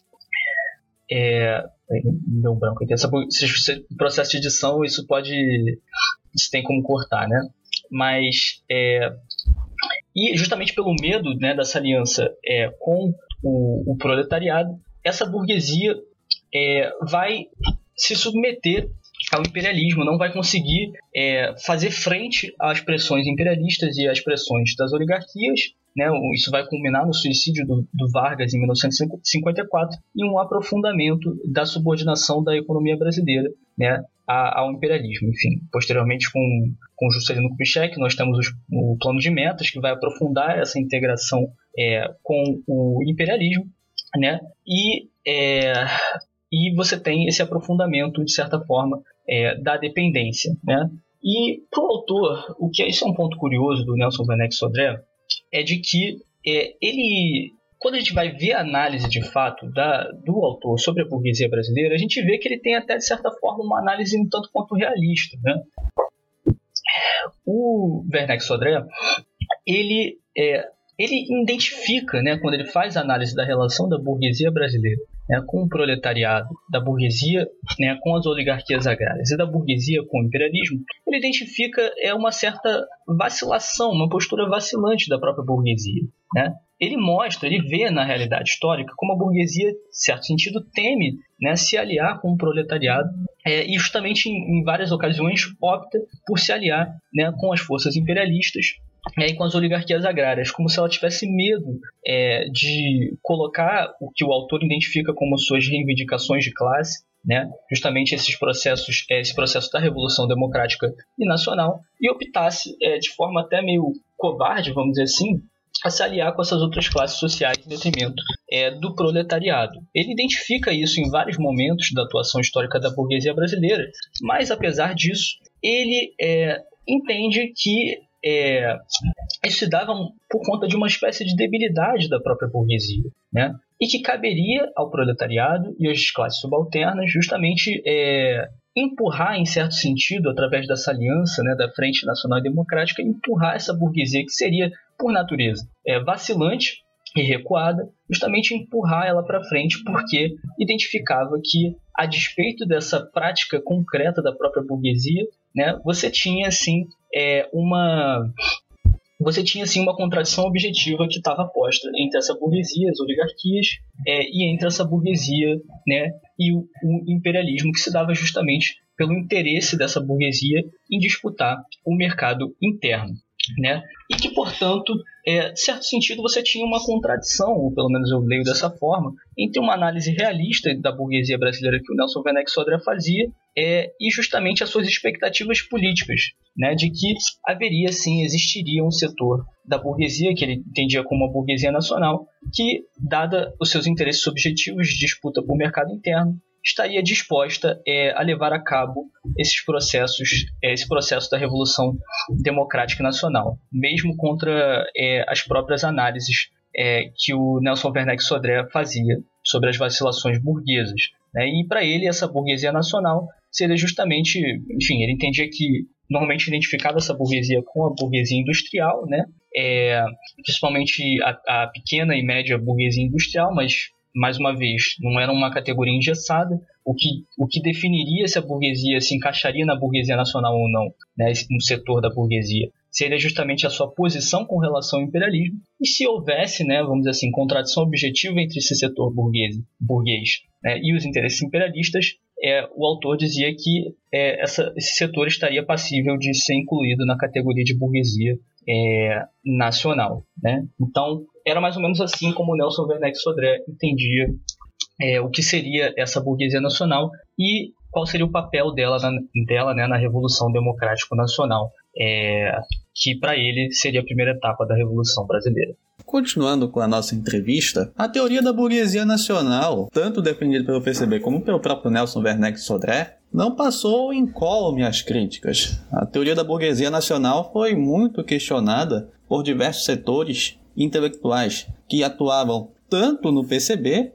É, me deu um branco aqui. Essa, esse processo de edição, isso pode... Isso tem como cortar, né? Mas... É, e justamente pelo medo, né, dessa aliança é, com o, o proletariado, essa burguesia é, vai se submeter ao imperialismo, não vai conseguir é, fazer frente às pressões imperialistas e às pressões das oligarquias, né? Isso vai culminar no suicídio do, do Vargas em mil novecentos e cinquenta e quatro e um aprofundamento da subordinação da economia brasileira, né, ao imperialismo. Enfim, posteriormente com, com Juscelino Kubitschek nós temos os, o plano de metas que vai aprofundar essa integração é, com o imperialismo, né, e, é, e você tem esse aprofundamento, de certa forma, é, da dependência, né. E para o autor, o que é, isso é um ponto curioso do Nelson Werneck Sodré, é de que é, ele... Quando a gente vai ver a análise de fato da, do autor sobre a burguesia brasileira, a gente vê que ele tem até, de certa forma, uma análise um tanto quanto realista, né? O Werneck Sodré, ele, é, ele identifica, né, quando ele faz a análise da relação da burguesia brasileira, né, com o proletariado, da burguesia, né, com as oligarquias agrárias e da burguesia com o imperialismo, ele identifica é, uma certa vacilação, uma postura vacilante da própria burguesia, né? Ele mostra, ele vê na realidade histórica como a burguesia, em certo sentido, teme, né, se aliar com o proletariado é, e justamente em, em várias ocasiões opta por se aliar, né, com as forças imperialistas é, e com as oligarquias agrárias, como se ela tivesse medo é, de colocar o que o autor identifica como suas reivindicações de classe, né, justamente esses processos, esse processo da Revolução Democrática e Nacional, e optasse é, de forma até meio covarde, vamos dizer assim, a se aliar com essas outras classes sociais em detrimento é, do proletariado. Ele identifica isso em vários momentos da atuação histórica da burguesia brasileira, mas apesar disso, ele é, entende que é, isso se dava por conta de uma espécie de debilidade da própria burguesia, né? E que caberia ao proletariado e às classes subalternas justamente é, empurrar, em certo sentido, através dessa aliança, né, da Frente Nacional e Democrática, empurrar essa burguesia que seria, por natureza, é, vacilante e recuada, justamente empurrar ela para frente, porque identificava que, a despeito dessa prática concreta da própria burguesia, né, você tinha, assim, é, uma... Você tinha, assim, uma contradição objetiva que estava posta entre essa burguesia, as oligarquias, é, e entre essa burguesia, né, e o, o imperialismo, que se dava justamente pelo interesse dessa burguesia em disputar o mercado interno, né? E que, portanto, é, em certo sentido, você tinha uma contradição, ou pelo menos eu leio dessa forma, entre uma análise realista da burguesia brasileira que o Nelson Werneck Sodré fazia é, e justamente as suas expectativas políticas, né, de que haveria, sim, existiria um setor da burguesia, que ele entendia como uma burguesia nacional, que, dada os seus interesses objetivos de disputa por mercado interno, estaria disposta é, a levar a cabo esses processos, é, esse processo da Revolução Democrática Nacional, mesmo contra é, as próprias análises é, que o Nelson Werneck Sodré fazia sobre as vacilações burguesas, né? E para ele essa burguesia nacional seria justamente, enfim, ele entendia que normalmente identificava essa burguesia com a burguesia industrial, né? É, principalmente a, a pequena e média burguesia industrial, mas, mais uma vez, não era uma categoria engessada. O que, o que definiria se a burguesia se encaixaria na burguesia nacional ou não, né, no setor da burguesia, seria justamente a sua posição com relação ao imperialismo. E se houvesse, né, vamos dizer assim, contradição objetiva entre esse setor burguês, burguês né, e os interesses imperialistas, é, o autor dizia que é, essa, esse setor estaria passível de ser incluído na categoria de burguesia é, nacional. Né? Então, era mais ou menos assim como o Nelson Werneck Sodré entendia É, o que seria essa burguesia nacional e qual seria o papel dela na, dela, né, na Revolução Democrática Nacional, é, que para ele seria a primeira etapa da Revolução Brasileira. Continuando com a nossa entrevista, a teoria da burguesia nacional, tanto defendida pelo P C B como pelo próprio Nelson Werneck Sodré, não passou incólume às críticas. A teoria da burguesia nacional foi muito questionada por diversos setores intelectuais que atuavam tanto no P C B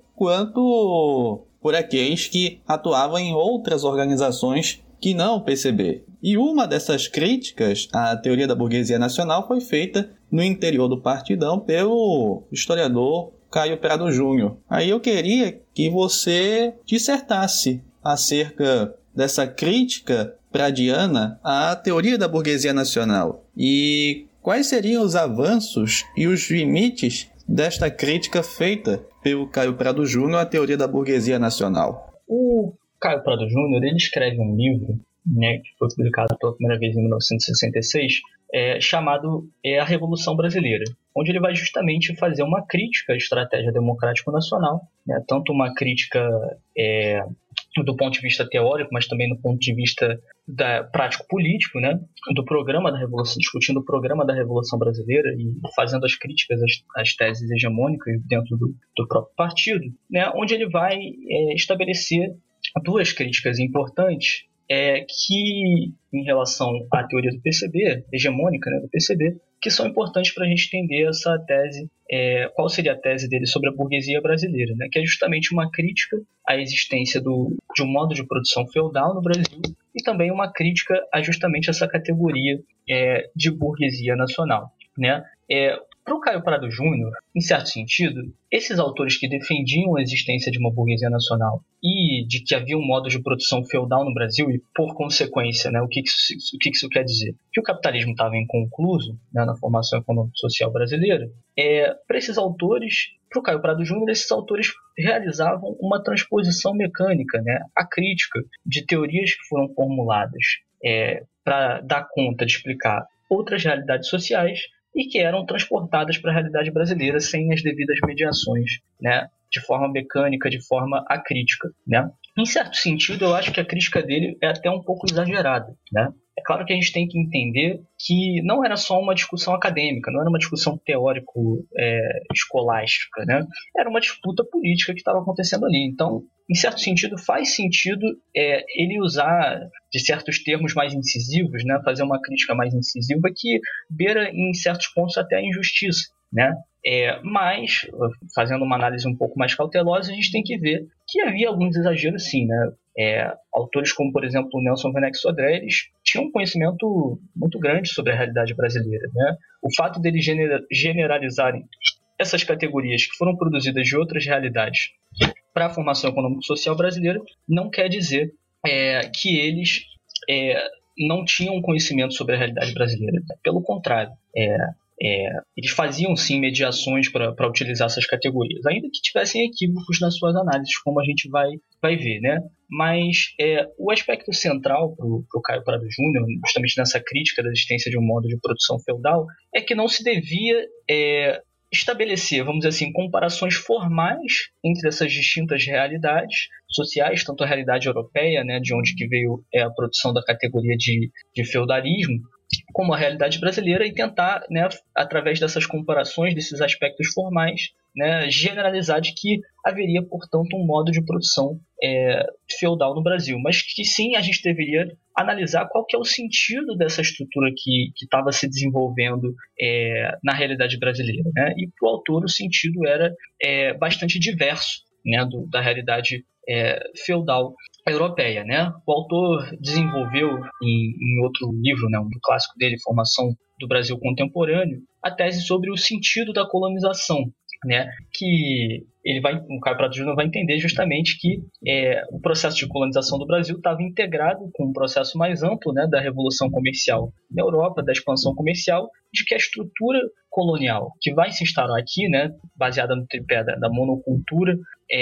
quanto por aqueles que atuavam em outras organizações que não o P C B. E uma dessas críticas à teoria da burguesia nacional foi feita no interior do Partidão pelo historiador Caio Prado Júnior. Aí eu queria que você dissertasse acerca dessa crítica pradiana à teoria da burguesia nacional e quais seriam os avanços e os limites desta crítica feita pelo Caio Prado Júnior à teoria da burguesia nacional. O Caio Prado Júnior ele escreve um livro, né, que foi publicado pela primeira vez em mil novecentos e sessenta e seis, é, chamado é, A Revolução Brasileira, onde ele vai justamente fazer uma crítica à estratégia democrático-nacional, né, tanto uma crítica é, do ponto de vista teórico, mas também do ponto de vista da, prático-político, né, do programa da Revolução, discutindo o programa da Revolução Brasileira e fazendo as críticas às, às teses hegemônicas dentro do, do próprio partido, né, onde ele vai é, estabelecer duas críticas importantes é, que, em relação à teoria do P C B, hegemônica, né, do P C B, que são importantes para a gente entender essa tese, é, qual seria a tese dele sobre a burguesia brasileira, né, que é justamente uma crítica à existência do, de um modo de produção feudal no Brasil e também uma crítica a justamente essa categoria é, de burguesia nacional. Né? É, para o Caio Prado Júnior, em certo sentido, esses autores que defendiam a existência de uma burguesia nacional e de que havia um modo de produção feudal no Brasil e, por consequência, né, o, que isso, o que isso quer dizer? Que o capitalismo estava inconcluso, né, na formação econômico-social brasileira. É, para esses autores, para o Caio Prado Júnior, esses autores realizavam uma transposição mecânica, né, acrítica de teorias que foram formuladas é, para dar conta de explicar outras realidades sociais e que eram transportadas para a realidade brasileira sem as devidas mediações, né, de forma mecânica, de forma acrítica. Né? Em certo sentido, eu acho que a crítica dele é até um pouco exagerada. Né? É claro que a gente tem que entender que não era só uma discussão acadêmica, não era uma discussão teórico-escolástica, é, né? Era uma disputa política que estava acontecendo ali. Então, em certo sentido, faz sentido é, ele usar de certos termos mais incisivos, né? Fazer uma crítica mais incisiva que beira, em certos pontos, até a injustiça. Né? É, mas, fazendo uma análise um pouco mais cautelosa, a gente tem que ver que havia alguns exageros, sim. Né? É, autores como, por exemplo, o Nelson Werneck Sodré, eles tinham um conhecimento muito grande sobre a realidade brasileira. Né? O fato deles genera- generalizarem essas categorias que foram produzidas de outras realidades para a formação econômico-social brasileira não quer dizer é, que eles é, não tinham conhecimento sobre a realidade brasileira. Pelo contrário, é, É, eles faziam sim mediações para utilizar essas categorias, ainda que tivessem equívocos nas suas análises, como a gente vai, vai ver. Né? Mas é, o aspecto central para o Caio Prado Júnior, justamente nessa crítica da existência de um modo de produção feudal, é que não se devia é, estabelecer, vamos dizer assim, comparações formais entre essas distintas realidades sociais, tanto a realidade europeia, né, de onde que veio é, a produção da categoria de, de feudalismo, como a realidade brasileira, e tentar, né, através dessas comparações, desses aspectos formais, né, generalizar de que haveria, portanto, um modo de produção é, feudal no Brasil. Mas que sim, a gente deveria analisar qual que é o sentido dessa estrutura que estava se desenvolvendo é, na realidade brasileira. Né? E para o autor o sentido era é, bastante diverso né, do, da realidade é, feudal europeia, né? O autor desenvolveu em, em outro livro, né, um clássico dele, Formação do Brasil Contemporâneo, a tese sobre o sentido da colonização, né? Que ele vai, o Caio Prado Júnior vai entender justamente que é, o processo de colonização do Brasil estava integrado com um processo mais amplo, né, da revolução comercial na Europa, da expansão comercial, de que a estrutura colonial que vai se instalar aqui, né, baseada no tripé da, da monocultura,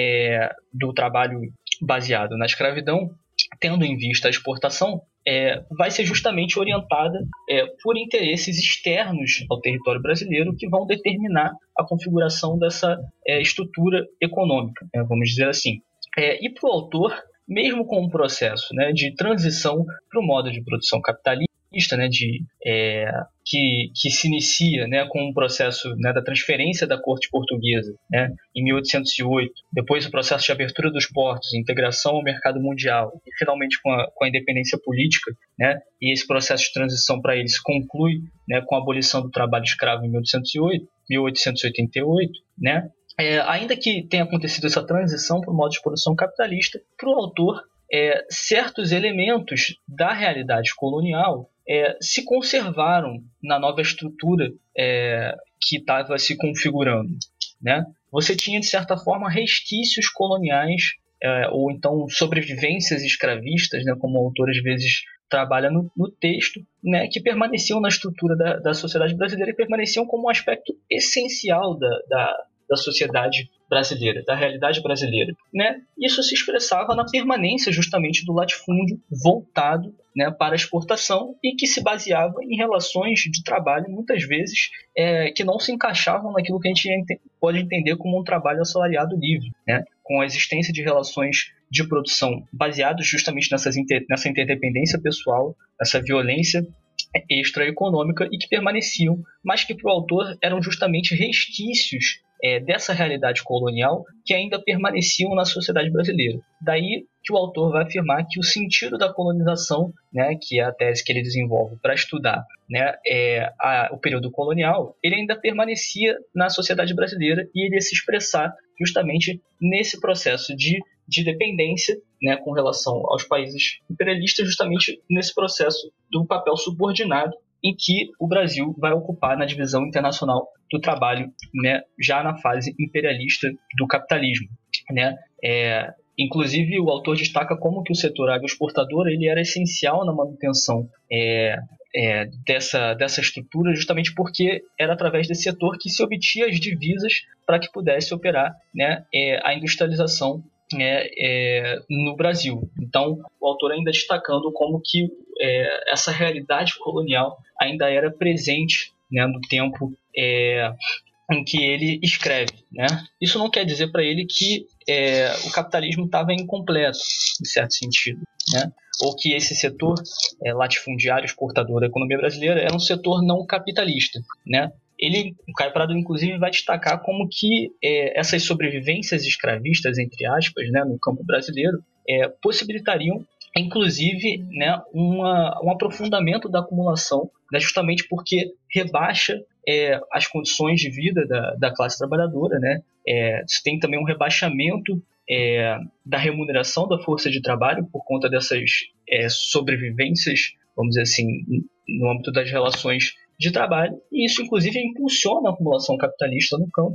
é, do trabalho baseado na escravidão, tendo em vista a exportação, é, vai ser justamente orientada é, por interesses externos ao território brasileiro que vão determinar a configuração dessa é, estrutura econômica, né, vamos dizer assim. É, e para o autor, mesmo com o processo, né, de transição para o modo de produção capitalista, né, de, é, que, que se inicia, né, com o processo, né, da transferência da corte portuguesa, né, em mil oitocentos e oito, depois o processo de abertura dos portos, integração ao mercado mundial e finalmente com a, com a independência política, né, e esse processo de transição para ele se conclui, né, com a abolição do trabalho escravo em mil oitocentos e oito, mil oitocentos e oitenta e oito, né, é, ainda que tenha acontecido essa transição para o modo de produção capitalista, para o autor, é, certos elementos da realidade colonial É, se conservaram na nova estrutura é, que estava se configurando, né? Você tinha, de certa forma, resquícios coloniais é, ou então sobrevivências escravistas, né, como o autor às vezes trabalha no, no texto, né, que permaneciam na estrutura da, da sociedade brasileira e permaneciam como um aspecto essencial da, da, da sociedade brasileira, da realidade brasileira, né? Isso se expressava na permanência justamente do latifúndio voltado, né, para a exportação e que se baseava em relações de trabalho, muitas vezes, é, que não se encaixavam naquilo que a gente pode entender como um trabalho assalariado livre, né? Com a existência de relações de produção baseadas justamente nessas inter, nessa interdependência pessoal, essa violência extraeconômica e que permaneciam, mas que para o autor eram justamente resquícios É, dessa realidade colonial que ainda permaneciam na sociedade brasileira. Daí que o autor vai afirmar que o sentido da colonização, né, que é a tese que ele desenvolve para estudar, né, é, a, o período colonial, ele ainda permanecia na sociedade brasileira e ele ia se expressar justamente nesse processo de, de dependência, né, com relação aos países imperialistas, justamente nesse processo do papel subordinado em que o Brasil vai ocupar na divisão internacional do trabalho, né, já na fase imperialista do capitalismo, né? É, inclusive, o autor destaca como que o setor agroexportador ele era essencial na manutenção é, é, dessa, dessa estrutura, justamente porque era através desse setor que se obtinha as divisas para que pudesse operar, né, é, a industrialização É, é, no Brasil. Então, o autor ainda destacando como que é, essa realidade colonial ainda era presente, né, no tempo é, em que ele escreve, né? Isso não quer dizer para ele que é, o capitalismo estava incompleto, em certo sentido, né? Ou que esse setor é, latifundiário exportador da economia brasileira era um setor não capitalista, né? Ele, o Caio Prado, inclusive, vai destacar como que é, essas sobrevivências escravistas, entre aspas, né, no campo brasileiro, é, possibilitariam, inclusive, né, uma, um aprofundamento da acumulação, né, justamente porque rebaixa é, as condições de vida da, da classe trabalhadora, né? É, tem também um rebaixamento é, da remuneração da força de trabalho por conta dessas é, sobrevivências, vamos dizer assim, no âmbito das relações de trabalho, e isso inclusive impulsiona a acumulação capitalista no campo,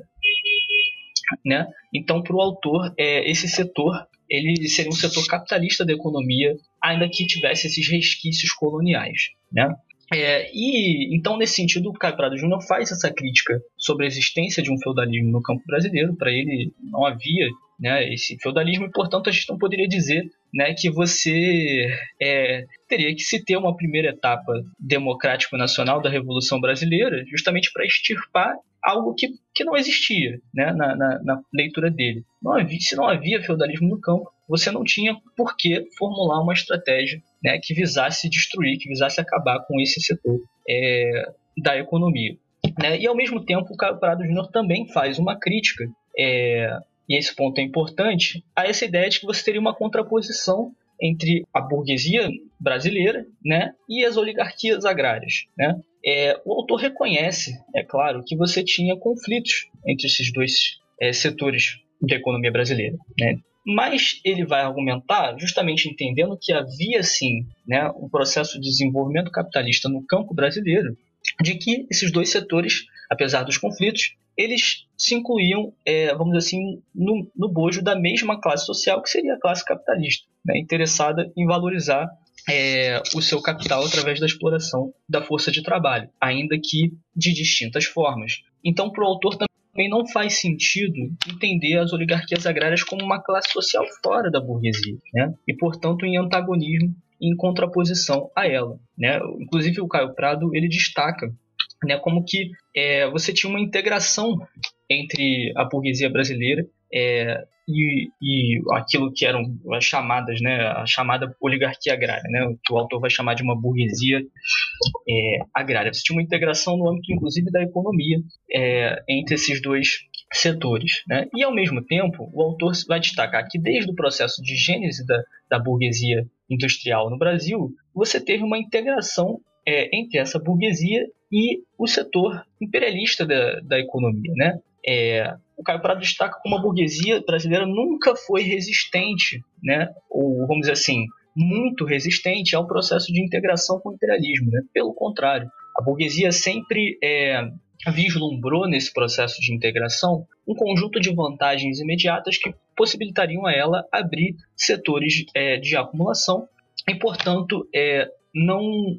né? Então, para o autor, é, esse setor ele seria um setor capitalista da economia, ainda que tivesse esses resquícios coloniais, né? É, e então, nesse sentido, o Caio Prado Júnior faz essa crítica sobre a existência de um feudalismo no campo brasileiro. Para ele não havia, né, esse feudalismo, e portanto a gente não poderia dizer, né, que você é, teria que se ter uma primeira etapa democrático-nacional da Revolução Brasileira, justamente para extirpar algo que, que não existia, né, na, na, na leitura dele. Não havia, se não havia feudalismo no campo, você não tinha por que formular uma estratégia, né, que visasse destruir, que visasse acabar com esse setor é, da economia, né? E ao mesmo tempo o Caio Prado Júnior também faz uma crítica, é, e esse ponto é importante, a essa ideia de que você teria uma contraposição entre a burguesia brasileira, né, e as oligarquias agrárias, né? É, o autor reconhece, é claro, que você tinha conflitos entre esses dois é, setores da economia brasileira, né? Mas ele vai argumentar, justamente entendendo que havia, sim, né, um processo de desenvolvimento capitalista no campo brasileiro, de que esses dois setores, apesar dos conflitos, eles se incluíam, é, vamos dizer assim, no, no bojo da mesma classe social, que seria a classe capitalista, né, interessada em valorizar é, o seu capital através da exploração da força de trabalho, ainda que de distintas formas. Então, para o autor também não faz sentido entender as oligarquias agrárias como uma classe social fora da burguesia, né? E, portanto, em antagonismo, em contraposição a ela, né? Inclusive, o Caio Prado ele destaca, né, como que é, você tinha uma integração entre a burguesia brasileira é, e, e aquilo que eram as chamadas, né, a chamada oligarquia agrária, né, que o autor vai chamar de uma burguesia é, agrária. Você tinha uma integração no âmbito, inclusive, da economia é, entre esses dois setores, né? E, ao mesmo tempo, o autor vai destacar que, desde o processo de gênese da, da burguesia industrial no Brasil, você teve uma integração é, entre essa burguesia e o setor imperialista da, da economia, né? É, o Caio Prado destaca como a burguesia brasileira nunca foi resistente, né? Ou, vamos dizer assim, muito resistente ao processo de integração com o imperialismo, né? Pelo contrário, a burguesia sempre é, vislumbrou nesse processo de integração um conjunto de vantagens imediatas que possibilitariam a ela abrir setores é, de acumulação e, portanto, é, não,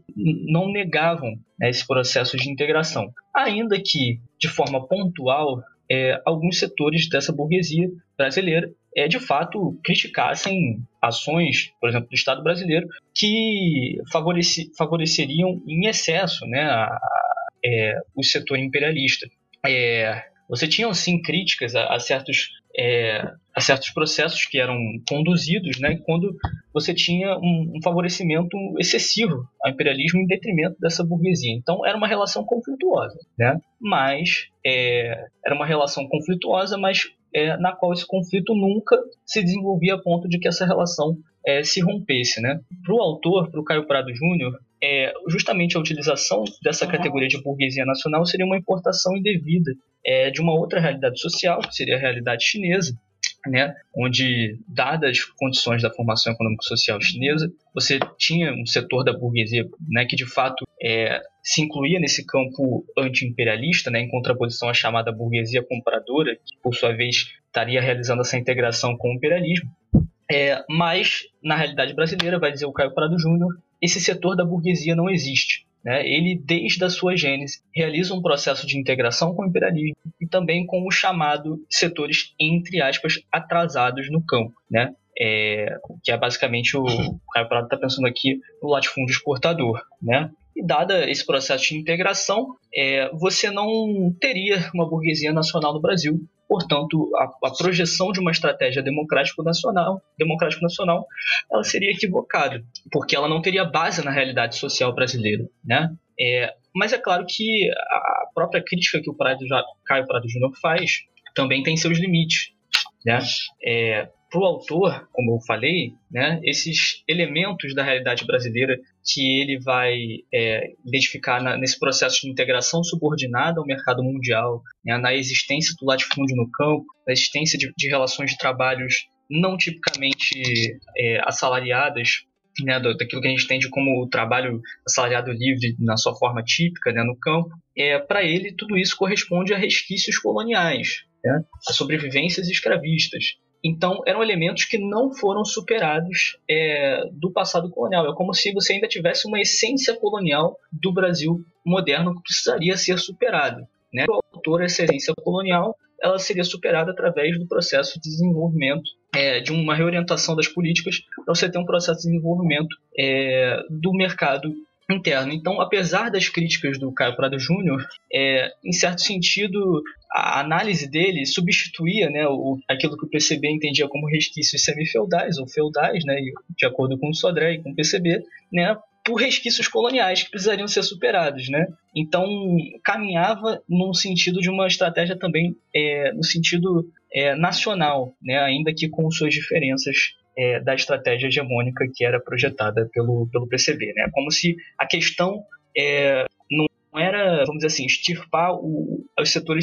não negavam, né, esse processo de integração, ainda que, de forma pontual, é, alguns setores dessa burguesia brasileira é, de fato criticassem ações, por exemplo, do Estado brasileiro, que favoreci, favoreceriam em excesso, né, a, a, é, o setor imperialista. É, você tinha, sim, críticas a, a, certos, é, a certos processos que eram conduzidos, né, quando você tinha um, um favorecimento excessivo ao imperialismo em detrimento dessa burguesia. Então, era uma relação conflituosa, né? Mas é, era uma relação conflituosa, mas é, na qual esse conflito nunca se desenvolvia a ponto de que essa relação é, se rompesse, né? Para o autor, para o Caio Prado Júnior, é, justamente a utilização dessa categoria de burguesia nacional seria uma importação indevida é, de uma outra realidade social, que seria a realidade chinesa, né, onde, dadas as condições da formação econômico-social chinesa, você tinha um setor da burguesia, né, que de fato é, se incluía nesse campo anti-imperialista, né, em contraposição à chamada burguesia compradora, que por sua vez estaria realizando essa integração com o imperialismo. É, mas, na realidade brasileira, vai dizer o Caio Prado Júnior, esse setor da burguesia não existe. Né? Ele, desde a sua gênese, realiza um processo de integração com o imperialismo e também com o chamado setores, entre aspas, atrasados no campo, né? É, que é basicamente o, o Caio Prado está pensando aqui no latifúndio exportador, né? E dada esse processo de integração, é, você não teria uma burguesia nacional no Brasil. Portanto, a, a projeção de uma estratégia democrático-nacional, democrático-nacional, ela seria equivocada, porque ela não teria base na realidade social brasileira, né? É, mas é claro que a própria crítica que o Prado, Caio Prado Júnior faz também tem seus limites, né? É, para o autor, como eu falei, né, esses elementos da realidade brasileira que ele vai é, identificar na, nesse processo de integração subordinada ao mercado mundial, né, na existência do latifúndio no campo, na existência de, de relações de trabalhos não tipicamente é, assalariadas, né, do, daquilo que a gente entende como o trabalho assalariado livre na sua forma típica, né, no campo, é, para ele tudo isso corresponde a resquícios coloniais, né, a sobrevivências escravistas. Então, eram elementos que não foram superados é, do passado colonial. É como se você ainda tivesse uma essência colonial do Brasil moderno que precisaria ser superada, né? Para o autor, essa essência colonial ela seria superada através do processo de desenvolvimento, é, de uma reorientação das políticas para você ter um processo de desenvolvimento é, do mercado interno. Então, apesar das críticas do Caio Prado Júnior, é, em certo sentido, a análise dele substituía, né, o, aquilo que o P C B entendia como resquícios semifeudais ou feudais, né, de acordo com o Sodré e com o P C B, né, por resquícios coloniais que precisariam ser superados, né? Então, caminhava num sentido de uma estratégia também é, no sentido é, nacional, né, ainda que com suas diferenças É, da estratégia hegemônica que era projetada pelo, pelo P C B, né? Como se a questão é, não era, vamos dizer assim, extirpar o, os setores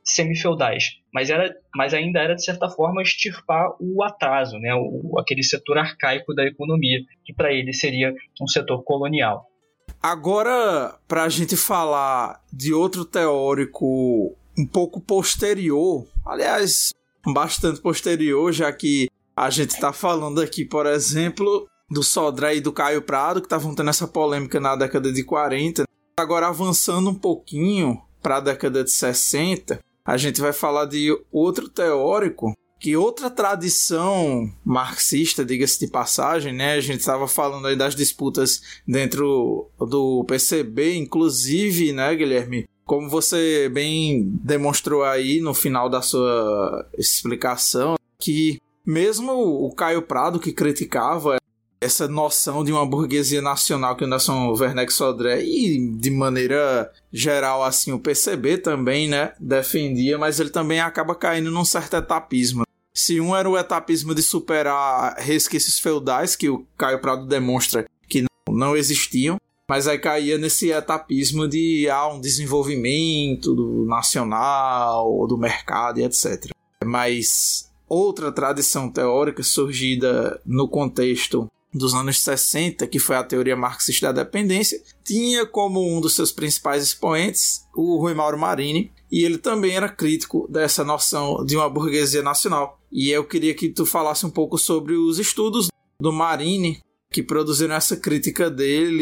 semifeudais, mas, era, mas ainda era, de certa forma, extirpar o atraso, né? o, aquele setor arcaico da economia, que para ele seria um setor colonial. Agora, para a gente falar de outro teórico um pouco posterior, aliás, bastante posterior, já que a gente está falando aqui, por exemplo, do Sodré e do Caio Prado, que estavam tendo essa polêmica na década de quarenta. Agora, avançando um pouquinho para a década de sessenta, a gente vai falar de outro teórico, que outra tradição marxista, diga-se de passagem, né? A gente estava falando aí das disputas dentro do P C B, inclusive, né, Guilherme? Como você bem demonstrou aí no final da sua explicação, que mesmo o Caio Prado, que criticava essa noção de uma burguesia nacional que o Nelson Werneck Sodré e, de maneira geral, assim, o P C B também, né, defendia, mas ele também acaba caindo num certo etapismo. Se um era o etapismo de superar resquícios feudais, que o Caio Prado demonstra que não existiam, mas aí caía nesse etapismo de ah, um desenvolvimento do nacional, do mercado e etcétera. Mas outra tradição teórica surgida no contexto dos anos sessenta, que foi a teoria marxista da dependência, tinha como um dos seus principais expoentes o Rui Mauro Marini, e ele também era crítico dessa noção de uma burguesia nacional. E eu queria que tu falasse um pouco sobre os estudos do Marini, que produziram essa crítica dele,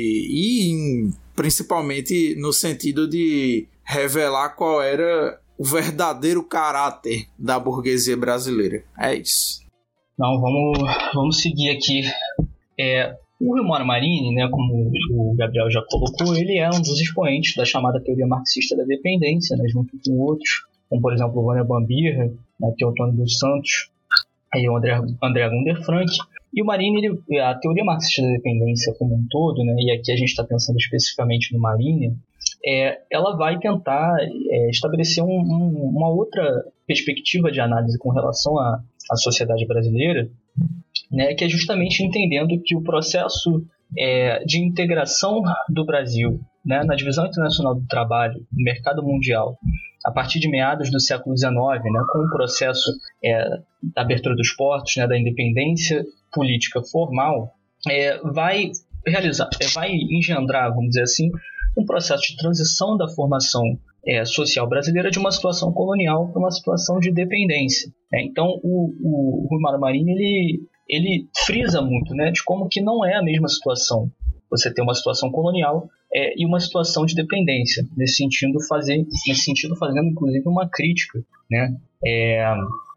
e principalmente no sentido de revelar qual era o verdadeiro caráter da burguesia brasileira. É isso. Não, vamos, vamos seguir aqui. É, o Rui Mauro Marini, né, como o Gabriel já colocou, ele é um dos expoentes da chamada teoria marxista da dependência, né, junto com outros, como por exemplo o Vânia Bambirra, né, Teotônio dos Santos, aí o André, André Gunder Frank. E o Marini, ele, a teoria marxista da dependência como um todo, né, e aqui a gente está pensando especificamente no Marini, é, ela vai tentar é, estabelecer um, um, uma outra perspectiva de análise com relação à, à sociedade brasileira, né, que é justamente entendendo que o processo é, de integração do Brasil, né, na divisão internacional do trabalho, no mercado mundial, a partir de meados do século dezenove, né, com o processo é, da abertura dos portos, né, da independência política formal, é, vai realizar, é, vai engendrar, vamos dizer assim, um processo de transição da formação é, social brasileira de uma situação colonial para uma situação de dependência. Né? Então, o, o Rui Mauro Marini, ele, ele frisa muito, né, de como que não é a mesma situação. Você tem uma situação colonial é, e uma situação de dependência, nesse sentido, fazer, nesse sentido fazendo, inclusive, uma crítica, né, é,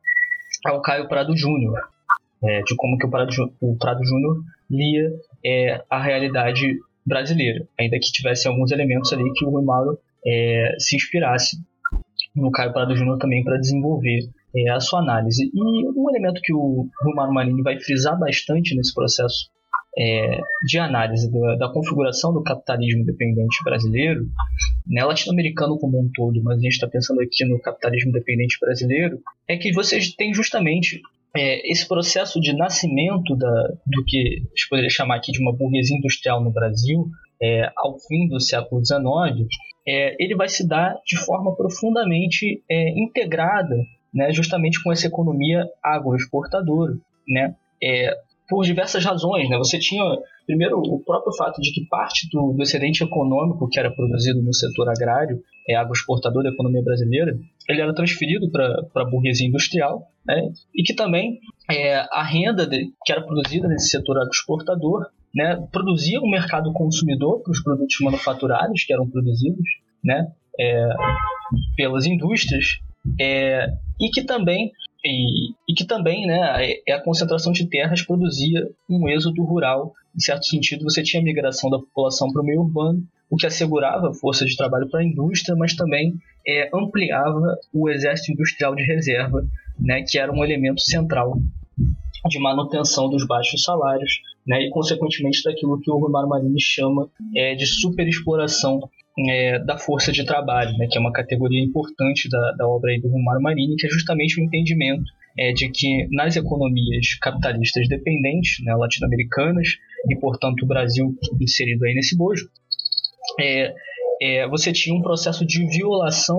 ao Caio Prado Júnior, é, de como que o Prado, o Prado Júnior lia é, a realidade brasileira, ainda que tivesse alguns elementos ali que o Rui Mauro é, se inspirasse no Caio Prado Júnior também para desenvolver é, a sua análise. E um elemento que o Rui Mauro Marini vai frisar bastante nesse processo é, de análise da, da configuração do capitalismo dependente brasileiro, né, latino-americano como um todo, mas a gente está pensando aqui no capitalismo dependente brasileiro, é que vocês têm justamente É, esse processo de nascimento da, do que a gente poderia chamar aqui de uma burguesia industrial no Brasil, é, ao fim do século dezenove, é, ele vai se dar de forma profundamente é, integrada, né, justamente com essa economia agroexportadora, né, é, por diversas razões. Né? Você tinha, primeiro, o próprio fato de que parte do, do excedente econômico que era produzido no setor agrário, é, agroexportador da economia brasileira, ele era transferido para a burguesia industrial, né? E que também é, a renda de, que era produzida nesse setor agroexportador, né, produzia um mercado consumidor para os produtos manufaturados que eram produzidos, né, é, pelas indústrias, é, e que também, e, e que também né, a, a concentração de terras produzia um êxodo rural. Em certo sentido, você tinha a migração da população para o meio urbano, o que assegurava força de trabalho para a indústria, mas também é, ampliava o exército industrial de reserva, né, que era um elemento central de manutenção dos baixos salários, né, e, consequentemente, daquilo que o Rui Mauro Marini chama é, de superexploração é, da força de trabalho, né, que é uma categoria importante da, da obra aí do Rui Mauro Marini, que é justamente o entendimento é, de que nas economias capitalistas dependentes, né, latino-americanas, e, portanto, o Brasil inserido aí nesse bojo, É, é, você tinha um processo de violação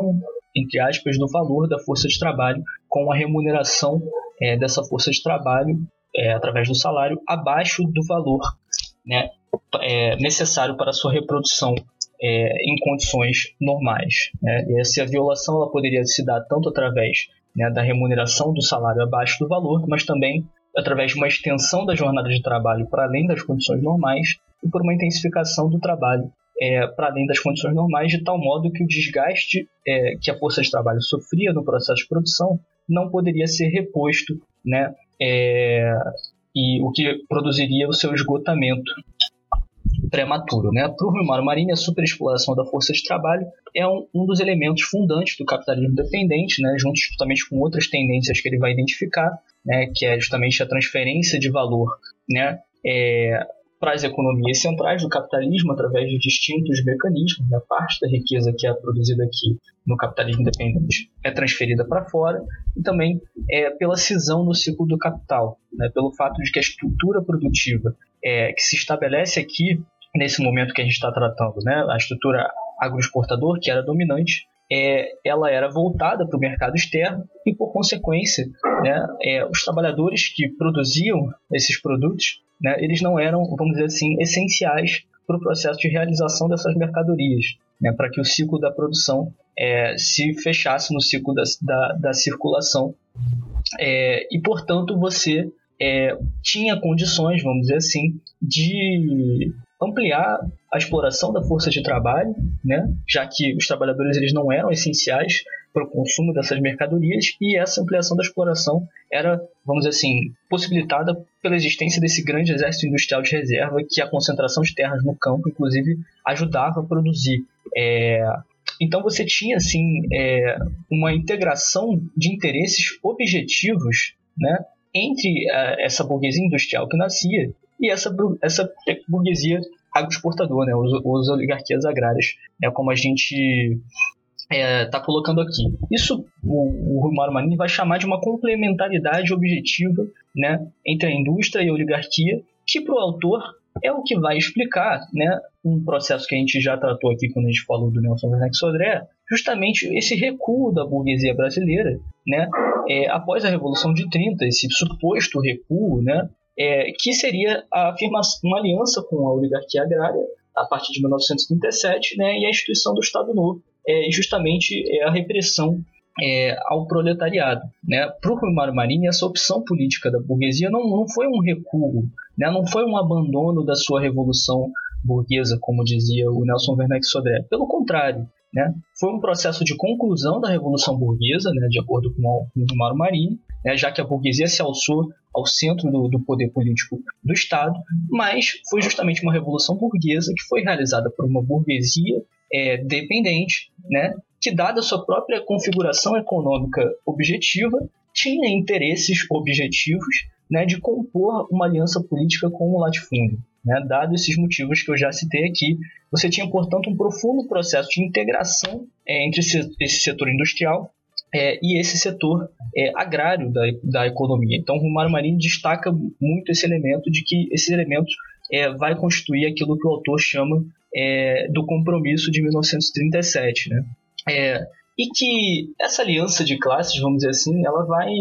entre aspas, do valor da força de trabalho com a remuneração é, dessa força de trabalho é, através do salário abaixo do valor, né, é, necessário para a sua reprodução é, em condições normais, né? E essa violação ela poderia se dar tanto através, né, da remuneração do salário abaixo do valor, mas também através de uma extensão da jornada de trabalho para além das condições normais e por uma intensificação do trabalho é, para além das condições normais, de tal modo que o desgaste é, que a força de trabalho sofria no processo de produção não poderia ser reposto, né, é, e o que produziria o seu esgotamento prematuro, né? Para o Rui Marinho, a superexploração da força de trabalho é um, um dos elementos fundantes do capitalismo dependente, né? Junto justamente com outras tendências que ele vai identificar, né? Que é justamente a transferência de valor, né? É, para as economias centrais do capitalismo através de distintos mecanismos, né? Parte da riqueza que é produzida aqui no capitalismo dependente é transferida para fora, e também é, pela cisão no ciclo do capital, né? Pelo fato de que a estrutura produtiva é, que se estabelece aqui nesse momento que a gente está tratando, né, a estrutura agroexportador, que era dominante, é, ela era voltada para o mercado externo e, por consequência, né, é, os trabalhadores que produziam esses produtos, né, eles não eram, vamos dizer assim, essenciais para o processo de realização dessas mercadorias, né, para que o ciclo da produção é, se fechasse no ciclo da, da, da circulação. É, e, portanto, você é, tinha condições, vamos dizer assim, de ampliar a exploração da força de trabalho, né, já que os trabalhadores eles não eram essenciais para o consumo dessas mercadorias, e essa ampliação da exploração era, vamos dizer assim, possibilitada pela existência desse grande exército industrial de reserva, que a concentração de terras no campo, inclusive, ajudava a produzir. É... Então você tinha, assim, é... uma integração de interesses objetivos, né, entre uh, essa burguesia industrial que nascia e essa, essa burguesia agroexportadora, né, os, os oligarquias agrárias, né, como a gente está é, colocando aqui. Isso o, o Rui Marinho vai chamar de uma complementaridade objetiva, né, entre a indústria e a oligarquia, que para o autor é o que vai explicar, né, um processo que a gente já tratou aqui quando a gente falou do Nelson Werneck Sodré, justamente esse recuo da burguesia brasileira, né, é, após a Revolução de trinta, esse suposto recuo, né, É, que seria a afirmação, uma aliança com a oligarquia agrária a partir de mil novecentos e trinta e sete, né, e a instituição do Estado Novo, é, justamente é, a repressão é, ao proletariado, né. Para o Rui Marinho, essa opção política da burguesia não, não foi um recuo, né, não foi um abandono da sua revolução burguesa, como dizia o Nelson Werneck Sodré. Pelo contrário, né, foi um processo de conclusão da revolução burguesa, né, de acordo com o Rui Marinho, né, já que a burguesia se alçou ao centro do, do poder político do Estado, mas foi justamente uma revolução burguesa que foi realizada por uma burguesia é, dependente, né, que, dada a sua própria configuração econômica objetiva, tinha interesses objetivos, né, de compor uma aliança política com o latifúndio. Né, dado esses motivos que eu já citei aqui, você tinha, portanto, um profundo processo de integração é, entre esse, esse setor industrial É, e esse setor é, agrário da, da economia. Então, o Rui Marinho destaca muito esse elemento de que esses elementos é, vai constituir aquilo que o autor chama é, do compromisso de mil novecentos e trinta e sete. Né? É, e que essa aliança de classes, vamos dizer assim, ela vai,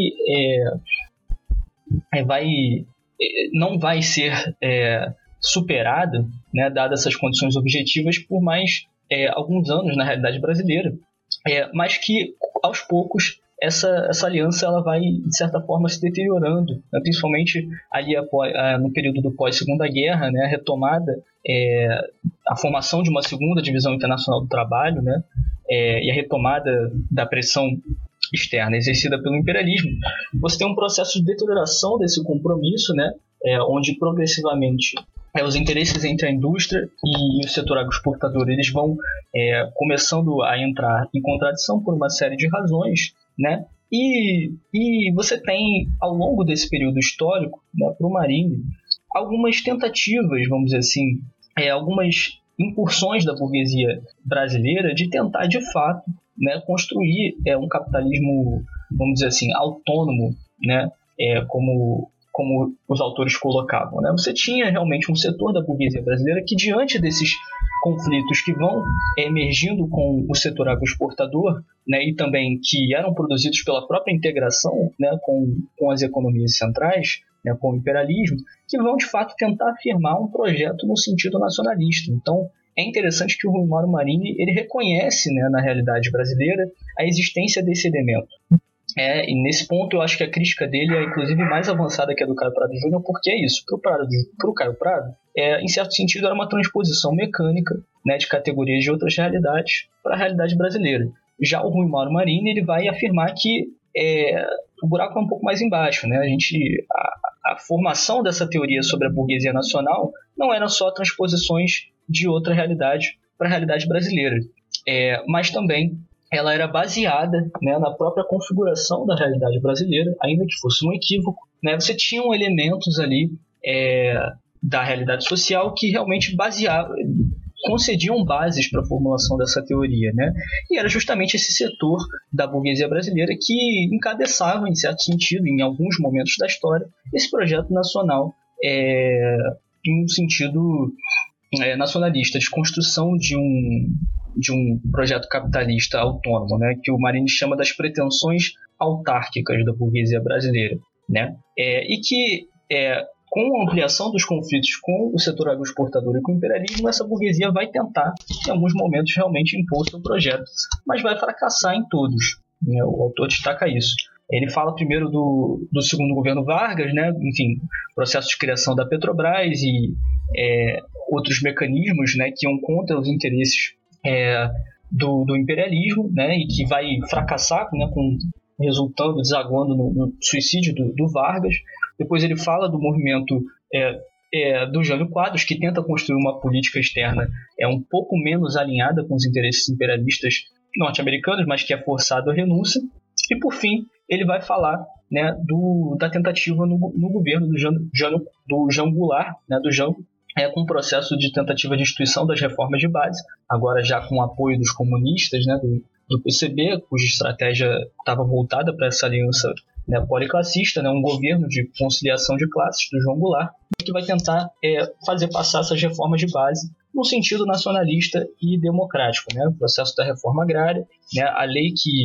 é, vai não vai ser é, superada, né, dadas essas condições objetivas, por mais é, alguns anos na realidade brasileira. É, mas que, aos poucos, essa, essa aliança ela vai, de certa forma, se deteriorando, né? Principalmente ali após, no período do pós-Segunda Guerra, né? A retomada, é, a formação de uma segunda divisão internacional do trabalho, né? É, e a retomada da pressão externa exercida pelo imperialismo. Você tem um processo de deterioração desse compromisso, né? É, onde progressivamente É, os interesses entre a indústria e o setor agroexportador eles vão é, começando a entrar em contradição por uma série de razões, né? E, e você tem, ao longo desse período histórico, né, para o Marinho, algumas tentativas, vamos dizer assim, é, algumas incursões da burguesia brasileira de tentar, de fato, né, construir é, um capitalismo, vamos dizer assim, autônomo, né, é, como... como os autores colocavam, né? Você tinha realmente um setor da burguesia brasileira que, diante desses conflitos que vão emergindo com o setor agroexportador, né, e também que eram produzidos pela própria integração, né, com, com as economias centrais, né, com o imperialismo, que vão de fato tentar afirmar um projeto no sentido nacionalista. Então, é interessante que o Rui Mauro Marini ele reconhece, né, na realidade brasileira a existência desse elemento. É, e nesse ponto eu acho que a crítica dele é inclusive mais avançada que a do Caio Prado Júnior, porque é isso, para o Caio Prado, é, em certo sentido era uma transposição mecânica, né, de categorias de outras realidades para a realidade brasileira. Já o Rui Mauro Marini ele vai afirmar que é, o buraco é um pouco mais embaixo, né? A, gente, a, a formação dessa teoria sobre a burguesia nacional não eram só transposições de outra realidade para a realidade brasileira, é, mas também ela era baseada, né, na própria configuração da realidade brasileira, ainda que fosse um equívoco, né, você tinha elementos ali é, da realidade social que realmente baseavam, concediam bases para a formulação dessa teoria, né? E era justamente esse setor da burguesia brasileira que encabeçava, em certo sentido, em alguns momentos da história, esse projeto nacional é, em um sentido é, nacionalista, de construção de um de um projeto capitalista autônomo, né, que o Marini chama das pretensões autárquicas da burguesia brasileira, né, é, e que é, com a ampliação dos conflitos com o setor agroexportador e com o imperialismo, essa burguesia vai tentar, em alguns momentos, realmente impor seu projeto, mas vai fracassar em todos, né, o autor destaca isso. Ele fala primeiro do, do segundo governo Vargas, né, enfim, processo de criação da Petrobras e é, outros mecanismos, né, que iam contra os interesses É, do, do imperialismo, né, e que vai fracassar, né, com, resultando, desaguando no, no suicídio do, do Vargas. Depois ele fala do movimento é, é, do Jânio Quadros, que tenta construir uma política externa é, um pouco menos alinhada com os interesses imperialistas norte-americanos, mas que é forçado à renúncia. E, por fim, ele vai falar, né, do, da tentativa no, no governo do Jânio, Jânio, do João Goulart, né, do Jango, É, com o processo de tentativa de instituição das reformas de base, agora já com o apoio dos comunistas, né, do, do P C B, cuja estratégia estava voltada para essa aliança, né, policlassista, né, um governo de conciliação de classes do João Goulart, que vai tentar é, fazer passar essas reformas de base no sentido nacionalista e democrático, né, o processo da reforma agrária, né, a lei que,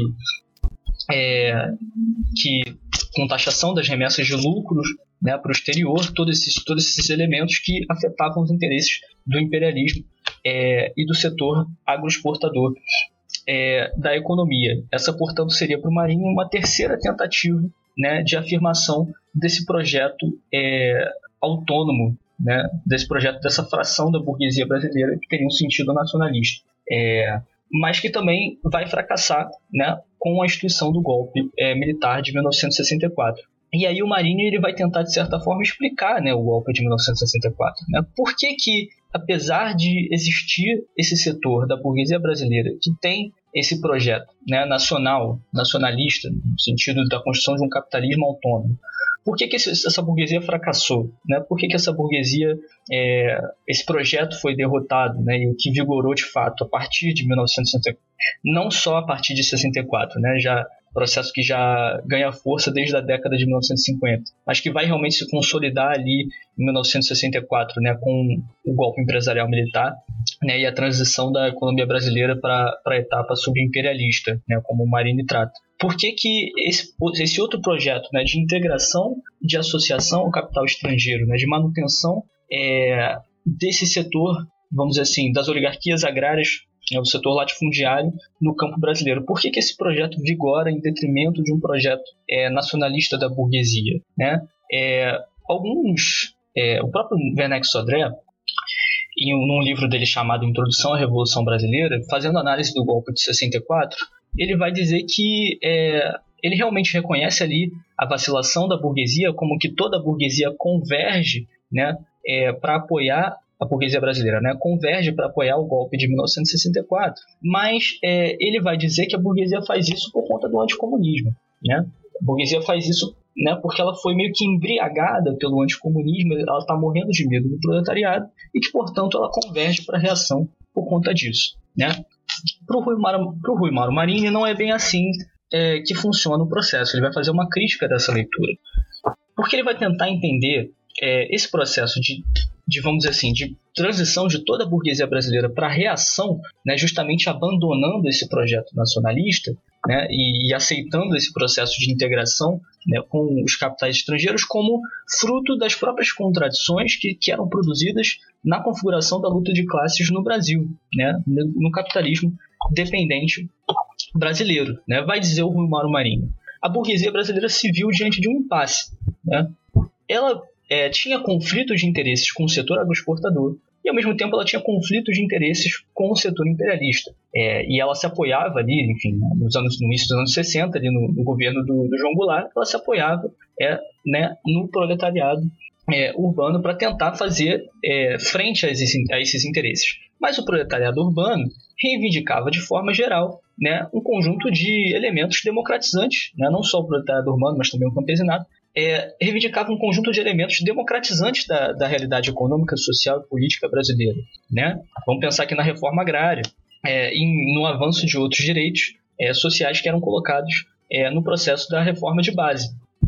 é, que com taxação das remessas de lucros, né, para o exterior, todos esses, todos esses elementos que afetavam os interesses do imperialismo é, e do setor agroexportador é, da economia. Essa, portanto, seria para o Marini uma terceira tentativa, né, de afirmação desse projeto é, autônomo, né, desse projeto, dessa fração da burguesia brasileira que teria um sentido nacionalista, é, mas que também vai fracassar, né, com a instituição do golpe é, militar de mil novecentos e sessenta e quatro. E aí o Marini ele vai tentar, de certa forma, explicar, né, o golpe de mil novecentos e sessenta e quatro. Né? Por que que, apesar de existir esse setor da burguesia brasileira que tem esse projeto, né, nacional, nacionalista, no sentido da construção de um capitalismo autônomo, por que que esse, essa burguesia fracassou? Né? Por que que essa burguesia, é, esse projeto foi derrotado, né, e o que vigorou de fato a partir de mil novecentos e sessenta e quatro? Não só a partir de sessenta e quatro, né, já... processo que já ganha força desde a década de mil novecentos e cinquenta, mas que vai realmente se consolidar ali em mil novecentos e sessenta e quatro, né, com o golpe empresarial militar, né, e a transição da economia brasileira para a etapa subimperialista, né, como o Marini trata. Por que que esse, esse outro projeto, né, de integração, de associação ao capital estrangeiro, né, de manutenção é, desse setor, vamos dizer assim, das oligarquias agrárias, o setor latifundiário no campo brasileiro. Por que que esse projeto vigora em detrimento de um projeto é, nacionalista da burguesia? Né? É, alguns, é, o próprio Werneck Sodré, em um, num livro dele chamado Introdução à Revolução Brasileira, fazendo análise do golpe de sessenta e quatro, ele vai dizer que é, ele realmente reconhece ali a vacilação da burguesia, como que toda a burguesia converge, né, é, para apoiar a burguesia brasileira, né, converge para apoiar o golpe de mil novecentos e sessenta e quatro, mas é, ele vai dizer que a burguesia faz isso por conta do anticomunismo, né? A burguesia faz isso, né, porque ela foi meio que embriagada pelo anticomunismo, ela está morrendo de medo do proletariado e que, portanto, ela converge para a reação por conta disso, né? Para o Rui Mauro, pro Rui Mauro Marini não é bem assim é, que funciona o processo. Ele vai fazer uma crítica dessa leitura, porque ele vai tentar entender é, esse processo de de, vamos dizer assim, de transição de toda a burguesia brasileira para a reação, né, justamente abandonando esse projeto nacionalista, né, e, e aceitando esse processo de integração, né, com os capitais estrangeiros como fruto das próprias contradições que, que eram produzidas na configuração da luta de classes no Brasil, né, no, no capitalismo dependente brasileiro, né. Vai dizer o Rui Mauro Marinho. A burguesia brasileira se viu diante de um impasse, né. Ela é, tinha conflitos de interesses com o setor agroexportador e, ao mesmo tempo, ela tinha conflitos de interesses com o setor imperialista. É, e ela se apoiava ali, enfim, nos anos, no início dos anos sessenta, ali no, no governo do, do João Goulart, ela se apoiava é, né, no proletariado é, urbano para tentar fazer é, frente a esses, a esses interesses. Mas o proletariado urbano reivindicava, de forma geral, né, um conjunto de elementos democratizantes, né, não só o proletariado urbano, mas também o campesinato, É, reivindicava um conjunto de elementos democratizantes da, da realidade econômica, social e política brasileira, né? Vamos pensar aqui na reforma agrária, é, e no avanço de outros direitos é, sociais que eram colocados é, no processo da reforma de base.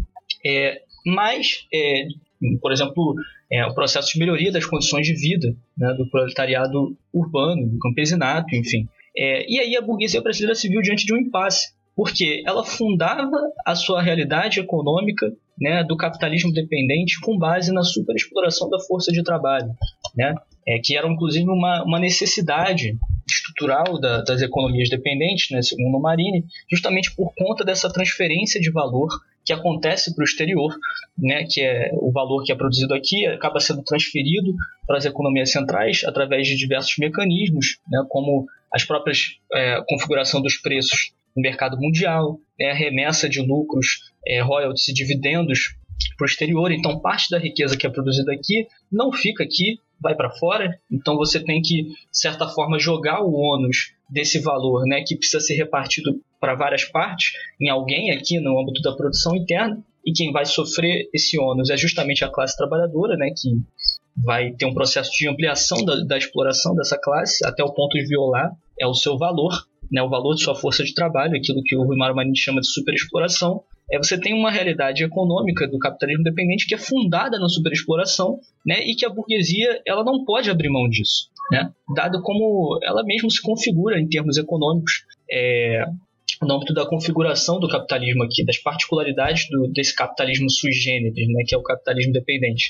É, mas, é, por exemplo, é, o processo de melhoria das condições de vida, né, do proletariado urbano, do campesinato, enfim. É, e aí a burguesia brasileira se viu diante de um impasse, porque ela fundava a sua realidade econômica, né, do capitalismo dependente com base na superexploração da força de trabalho, né, é, que era inclusive uma, uma necessidade estrutural da, das economias dependentes, né, segundo o Marini, justamente por conta dessa transferência de valor que acontece para o exterior, né, que é o valor que é produzido aqui acaba sendo transferido para as economias centrais através de diversos mecanismos, né, como as próprias é, configuração dos preços no mercado mundial, né, a remessa de lucros, é, royalties e dividendos para o exterior. Então, parte da riqueza que é produzida aqui não fica aqui, vai para fora. Então, você tem que, de certa forma, jogar o ônus desse valor, né, que precisa ser repartido para várias partes, em alguém aqui no âmbito da produção interna. E quem vai sofrer esse ônus é justamente a classe trabalhadora, né, que vai ter um processo de ampliação da, da exploração dessa classe até o ponto de violar é o seu valor, né, o valor de sua força de trabalho, aquilo que o Rui Mauro Marini chama de superexploração. É, você tem uma realidade econômica do capitalismo dependente que é fundada na superexploração, né, e que a burguesia ela não pode abrir mão disso, né, dado como ela mesma se configura em termos econômicos, é, no âmbito da configuração do capitalismo aqui, das particularidades do, desse capitalismo sui generis, né, que é o capitalismo dependente.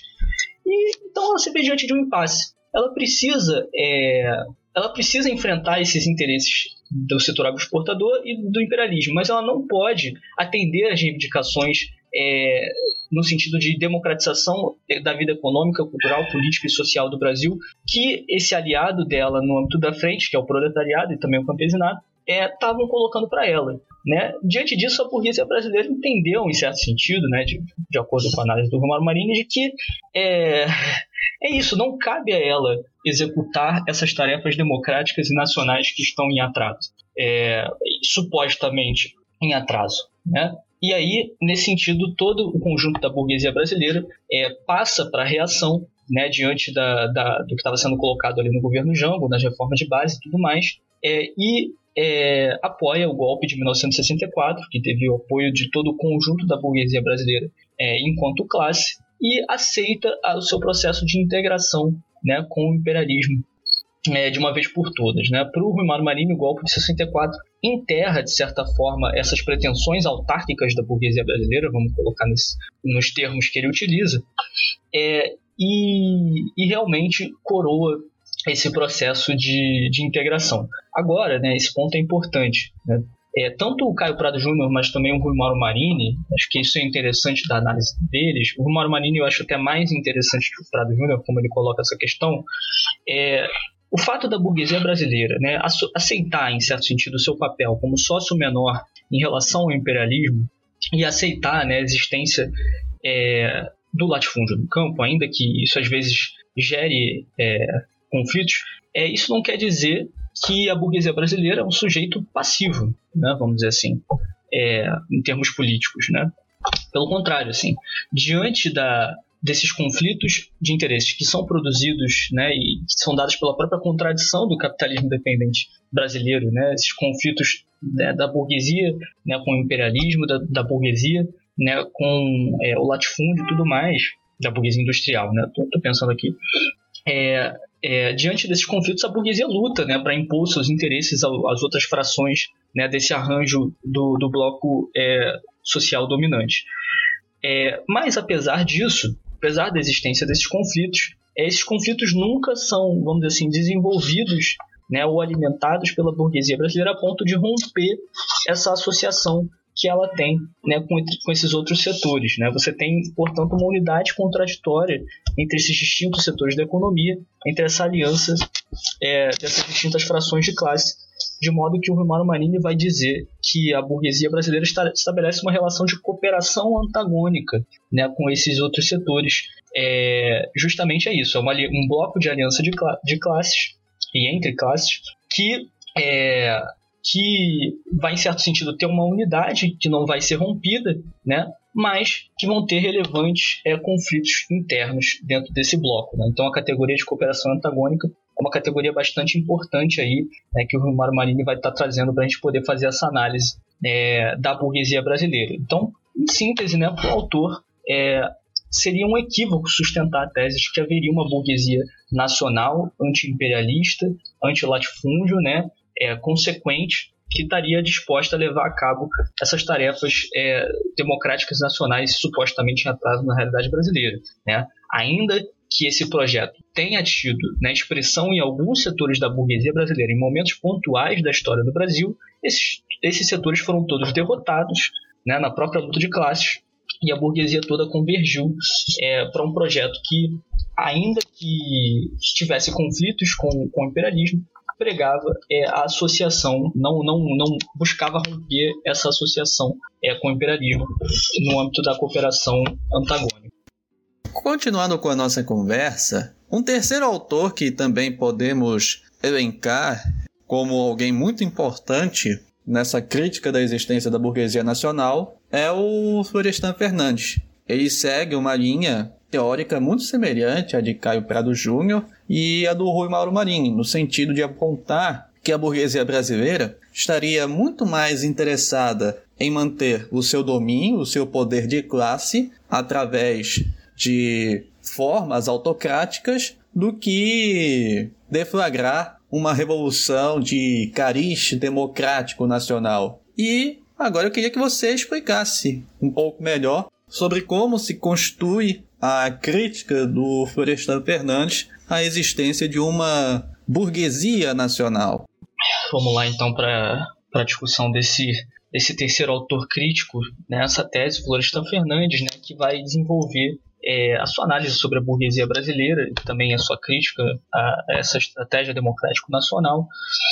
E, então ela se vê diante de um impasse. Ela precisa, é, ela precisa enfrentar esses interesses do setor agroexportador e do imperialismo, mas ela não pode atender às reivindicações é, no sentido de democratização da vida econômica, cultural, política e social do Brasil, que esse aliado dela no âmbito da frente, que é o proletariado e também o campesinato, estavam é, colocando para ela, né? Diante disso, a burguesia brasileira entendeu, em certo sentido, né, de, de acordo com a análise do Rui Mauro Marini, de que é, é isso, não cabe a ela executar essas tarefas democráticas e nacionais que estão em atraso, é, supostamente em atraso, né? E aí, nesse sentido, todo o conjunto da burguesia brasileira é, passa para a reação, né, diante da, da, do que estava sendo colocado ali no governo Jango, nas reformas de base e tudo mais, é, e É, apoia o golpe de mil novecentos e sessenta e quatro, que teve o apoio de todo o conjunto da burguesia brasileira é, enquanto classe, e aceita a, o seu processo de integração, né, com o imperialismo é, de uma vez por todas, né. Para o Rui Mauro Marini, o golpe de sessenta e quatro enterra, de certa forma, essas pretensões autárquicas da burguesia brasileira, vamos colocar nesse, nos termos que ele utiliza, é, e, e realmente coroa esse processo de, de integração. Agora, né, esse ponto é importante, né? É, tanto o Caio Prado Júnior, mas também o Rui Mauro Marini, acho que isso é interessante da análise deles. O Rui Mauro Marini eu acho até mais interessante que o Prado Júnior, como ele coloca essa questão. É, o fato da burguesia brasileira, né, aceitar, em certo sentido, o seu papel como sócio menor em relação ao imperialismo e aceitar, né, a existência é, do latifúndio no campo, ainda que isso às vezes gere é, conflitos, é, isso não quer dizer que a burguesia brasileira é um sujeito passivo, né, vamos dizer assim, é, em termos políticos, né? Pelo contrário, assim, diante da, desses conflitos de interesses que são produzidos, né, e que são dados pela própria contradição do capitalismo dependente brasileiro, né, esses conflitos, né, da burguesia, né, com o imperialismo, da, da burguesia, né, com é, o latifúndio e tudo mais, da burguesia industrial, né? Tô, tô pensando aqui. é, é, diante desses conflitos, a burguesia luta, né, para impor seus interesses às outras frações, né, desse arranjo do, do bloco é, social dominante. É, mas, apesar disso, apesar da existência desses conflitos, esses conflitos nunca são, vamos dizer assim, desenvolvidos, né, ou alimentados pela burguesia brasileira a ponto de romper essa associação que ela tem, né, com, com esses outros setores, né? Você tem, portanto, uma unidade contraditória entre esses distintos setores da economia, entre essa aliança é, dessas distintas frações de classe, de modo que o Rui Mauro Marini vai dizer que a burguesia brasileira está, estabelece uma relação de cooperação antagônica, né, com esses outros setores. É, justamente é isso, é uma, um bloco de aliança de, de classes e entre classes que... É, que vai, em certo sentido, ter uma unidade que não vai ser rompida, né? Mas que vão ter relevantes é, conflitos internos dentro desse bloco, né? Então, a categoria de cooperação antagônica é uma categoria bastante importante aí, né, que o Rui Mauro Marini vai estar trazendo para a gente poder fazer essa análise é, da burguesia brasileira. Então, em síntese, né, para o autor, é, seria um equívoco sustentar a tese de que haveria uma burguesia nacional, anti-imperialista, anti-latifúndio, né, É, consequente, que estaria disposta a levar a cabo essas tarefas é, democráticas nacionais supostamente em atraso na realidade brasileira, né? Ainda que esse projeto tenha tido, né, expressão em alguns setores da burguesia brasileira em momentos pontuais da história do Brasil, esses, esses setores foram todos derrotados, né, na própria luta de classes, e a burguesia toda convergiu é, para um projeto que, ainda que tivesse conflitos com, com o imperialismo, pregava é, a associação, não, não, não buscava romper essa associação é, com o imperialismo no âmbito da cooperação antagônica. Continuando com a nossa conversa, um terceiro autor que também podemos elencar como alguém muito importante nessa crítica da existência da burguesia nacional é o Florestan Fernandes. Ele segue uma linha teórica muito semelhante à de Caio Prado Júnior e a do Rui Mauro Marini, no sentido de apontar que a burguesia brasileira estaria muito mais interessada em manter o seu domínio, o seu poder de classe, através de formas autocráticas, do que deflagrar uma revolução de cariz democrático nacional. E agora eu queria que você explicasse um pouco melhor sobre como se constitui a crítica do Florestan Fernandes à existência de uma burguesia nacional. Vamos lá então para a discussão desse, desse terceiro autor crítico, né, essa tese, Florestan Fernandes, né, que vai desenvolver é, a sua análise sobre a burguesia brasileira e também a sua crítica a, a essa estratégia democrática nacional,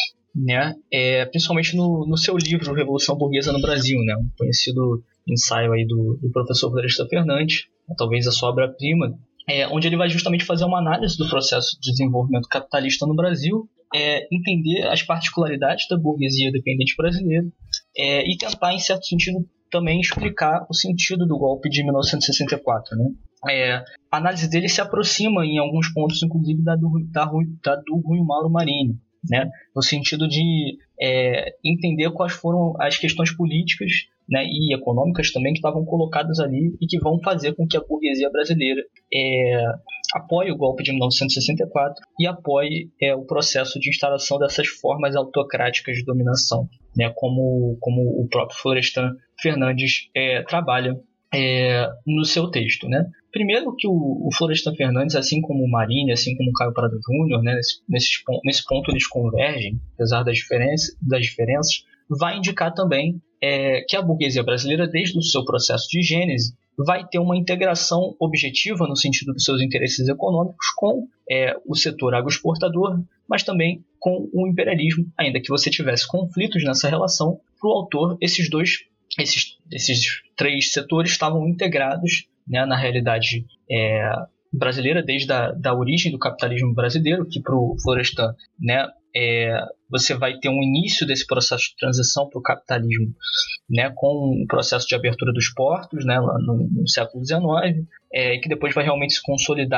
né, é, principalmente no, no seu livro Revolução Burguesa no Brasil, né, um conhecido ensaio aí do, do professor Florestan Fernandes, talvez a sua obra-prima, é, onde ele vai justamente fazer uma análise do processo de desenvolvimento capitalista no Brasil, é, entender as particularidades da burguesia dependente brasileira é, e tentar, em certo sentido, também explicar o sentido do golpe de mil novecentos e sessenta e quatro. Né? É, a análise dele se aproxima em alguns pontos, inclusive, da do, da, da do Rui Mauro Marini, né? No sentido de é, entender quais foram as questões políticas, né, e econômicas também que estavam colocadas ali e que vão fazer com que a burguesia brasileira é, apoie o golpe de mil novecentos e sessenta e quatro e apoie é, o processo de instalação dessas formas autocráticas de dominação, né, como, como o próprio Florestan Fernandes é, trabalha é, no seu texto. Né? Primeiro que o, o Florestan Fernandes, assim como o Marini, assim como o Caio Prado Júnior, né, nesse, nesse, nesse ponto eles convergem, apesar das diferenças, das diferenças, vai indicar também é, que a burguesia brasileira, desde o seu processo de gênese, vai ter uma integração objetiva no sentido dos seus interesses econômicos com é, o setor agroexportador, mas também com o imperialismo, ainda que você tivesse conflitos nessa relação. Para o autor, esses dois, esses, esses três setores estavam integrados, né, na realidade é, brasileira, desde a da origem do capitalismo brasileiro, que para o Florestan, né, é, você vai ter um início desse processo de transição para o capitalismo, né, com o processo de abertura dos portos, né, lá no, no século dezenove, é, que depois vai realmente se consolidar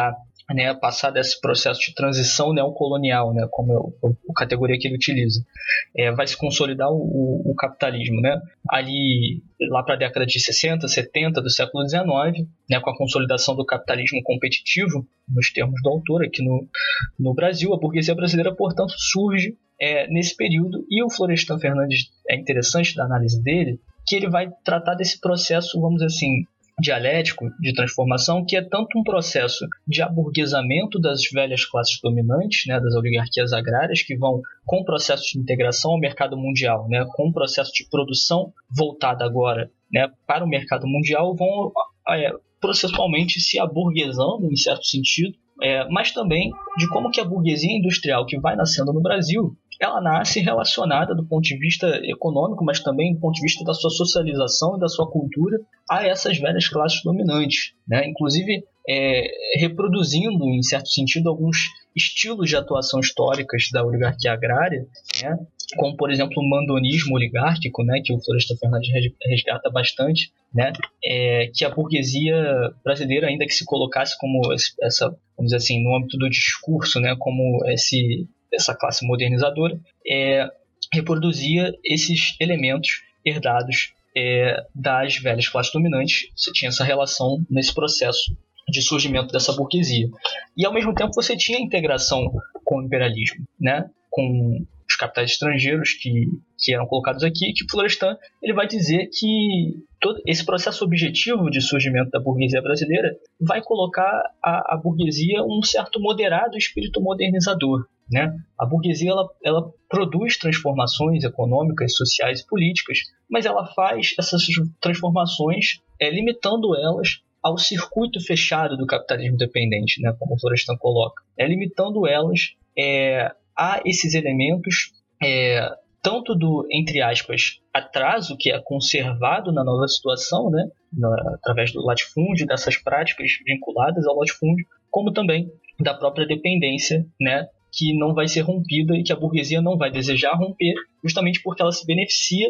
né, passar desse processo de transição neocolonial, né, como é a categoria que ele utiliza, é, vai se consolidar o, o, o capitalismo, né, ali lá para a década de sessenta, setenta do século dezenove, né, com a consolidação do capitalismo competitivo, nos termos do autor aqui no, no Brasil, a burguesia brasileira, portanto, surge é, nesse período, e o Florestan Fernandes, é interessante da análise dele, que ele vai tratar desse processo, vamos dizer assim, dialético de transformação, que é tanto um processo de aburguesamento das velhas classes dominantes, né, das oligarquias agrárias, que vão com o processo de integração ao mercado mundial, né, com o processo de produção voltada agora, né, para o mercado mundial, vão é, processualmente se aburguesando, em certo sentido, é, mas também de como que a burguesia industrial que vai nascendo no Brasil, ela nasce relacionada do ponto de vista econômico, mas também do ponto de vista da sua socialização e da sua cultura a essas velhas classes dominantes, né? Inclusive é, reproduzindo, em certo sentido, alguns estilos de atuação históricas da oligarquia agrária, né? Como, por exemplo, o mandonismo oligárquico, né? Que o Florestan Fernandes resgata bastante, né? É, que a burguesia brasileira, ainda que se colocasse como essa, vamos dizer assim, no âmbito do discurso, né? Como esse essa classe modernizadora, é, reproduzia esses elementos herdados é, das velhas classes dominantes. Você tinha essa relação nesse processo de surgimento dessa burguesia. E, ao mesmo tempo, você tinha a integração com o imperialismo, né? Com os capitais estrangeiros que, que eram colocados aqui, que Florestan ele vai dizer que todo esse processo objetivo de surgimento da burguesia brasileira vai colocar a, a burguesia um certo moderado espírito modernizador. Né? A burguesia ela, ela produz transformações econômicas, sociais e políticas, mas ela faz essas transformações é, limitando elas ao circuito fechado do capitalismo dependente, né? Como o Florestan coloca, é, limitando elas é, a esses elementos é, tanto do, entre aspas, atraso que é conservado na nova situação, né? Na, através do latifúndio, dessas práticas vinculadas ao latifúndio, como também da própria dependência, né? Que não vai ser rompida e que a burguesia não vai desejar romper, justamente porque ela se beneficia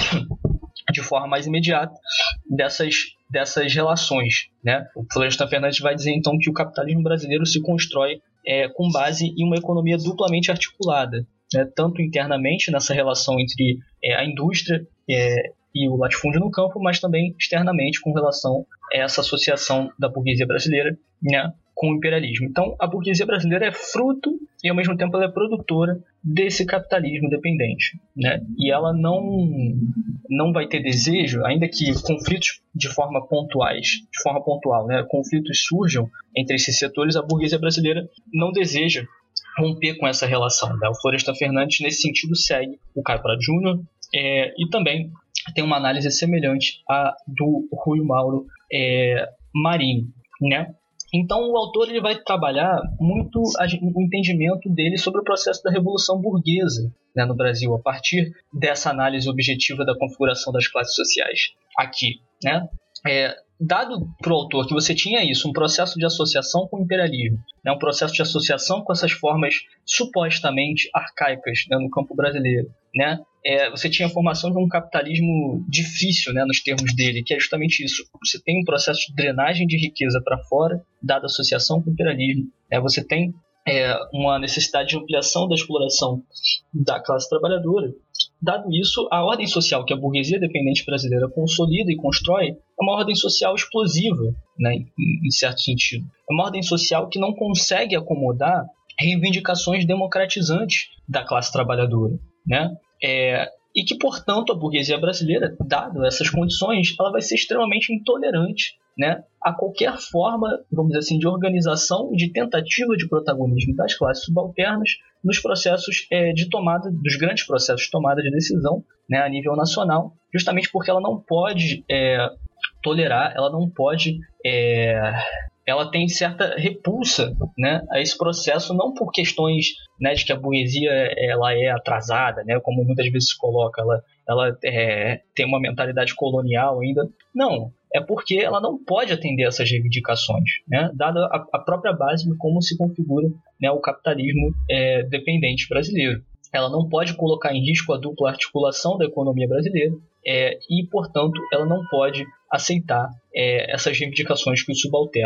de forma mais imediata dessas, dessas relações, né? O Florestan Fernandes vai dizer, então, que o capitalismo brasileiro se constrói é, com base em uma economia duplamente articulada, né? Tanto internamente, nessa relação entre é, a indústria é, e o latifúndio no campo, mas também externamente com relação a essa associação da burguesia brasileira, né, com o imperialismo. Então, a burguesia brasileira é fruto e, ao mesmo tempo, ela é produtora desse capitalismo dependente, né? E ela não, não vai ter desejo, ainda que conflitos de forma pontuais, de forma pontual, né, conflitos surjam entre esses setores, a burguesia brasileira não deseja romper com essa relação, né? O Florestan Fernandes, nesse sentido, segue o Caio Prado Júnior é, e também tem uma análise semelhante à do Rui Mauro é, Marinho, né? Então, o autor ele vai trabalhar muito o entendimento dele sobre o processo da Revolução Burguesa, né, no Brasil, a partir dessa análise objetiva da configuração das classes sociais aqui, né? É, dado para o autor que você tinha isso, um processo de associação com o imperialismo, né, um processo de associação com essas formas supostamente arcaicas, né, no campo brasileiro, né? É, você tinha a formação de um capitalismo difícil, né, nos termos dele, que é justamente isso. Você tem um processo de drenagem de riqueza para fora, dada a associação com o imperialismo. É, você tem é, uma necessidade de ampliação da exploração da classe trabalhadora. Dado isso, a ordem social que a burguesia dependente brasileira consolida e constrói é uma ordem social explosiva, né, em, em certo sentido. É uma ordem social que não consegue acomodar reivindicações democratizantes da classe trabalhadora, né? É, e que, portanto, a burguesia brasileira, dado essas condições, ela vai ser extremamente intolerante, né, a qualquer forma, vamos dizer assim, de organização e de tentativa de protagonismo das classes subalternas nos processos é, de tomada, dos grandes processos de tomada de decisão, né, a nível nacional, justamente porque ela não pode é, tolerar, ela não pode... É, ela tem certa repulsa, né, a esse processo, não por questões, né, de que a burguesia ela é atrasada, né, como muitas vezes se coloca, ela, ela é, tem uma mentalidade colonial ainda. Não, é porque ela não pode atender essas reivindicações, né, dada a, a própria base de como se configura, né, o capitalismo é, dependente brasileiro. Ela não pode colocar em risco a dupla articulação da economia brasileira é, e, portanto, ela não pode aceitar é, essas reivindicações que os subalternos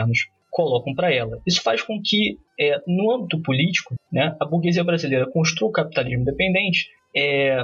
colocam para ela. Isso faz com que, é, no âmbito político, né, a burguesia brasileira construa o capitalismo dependente é,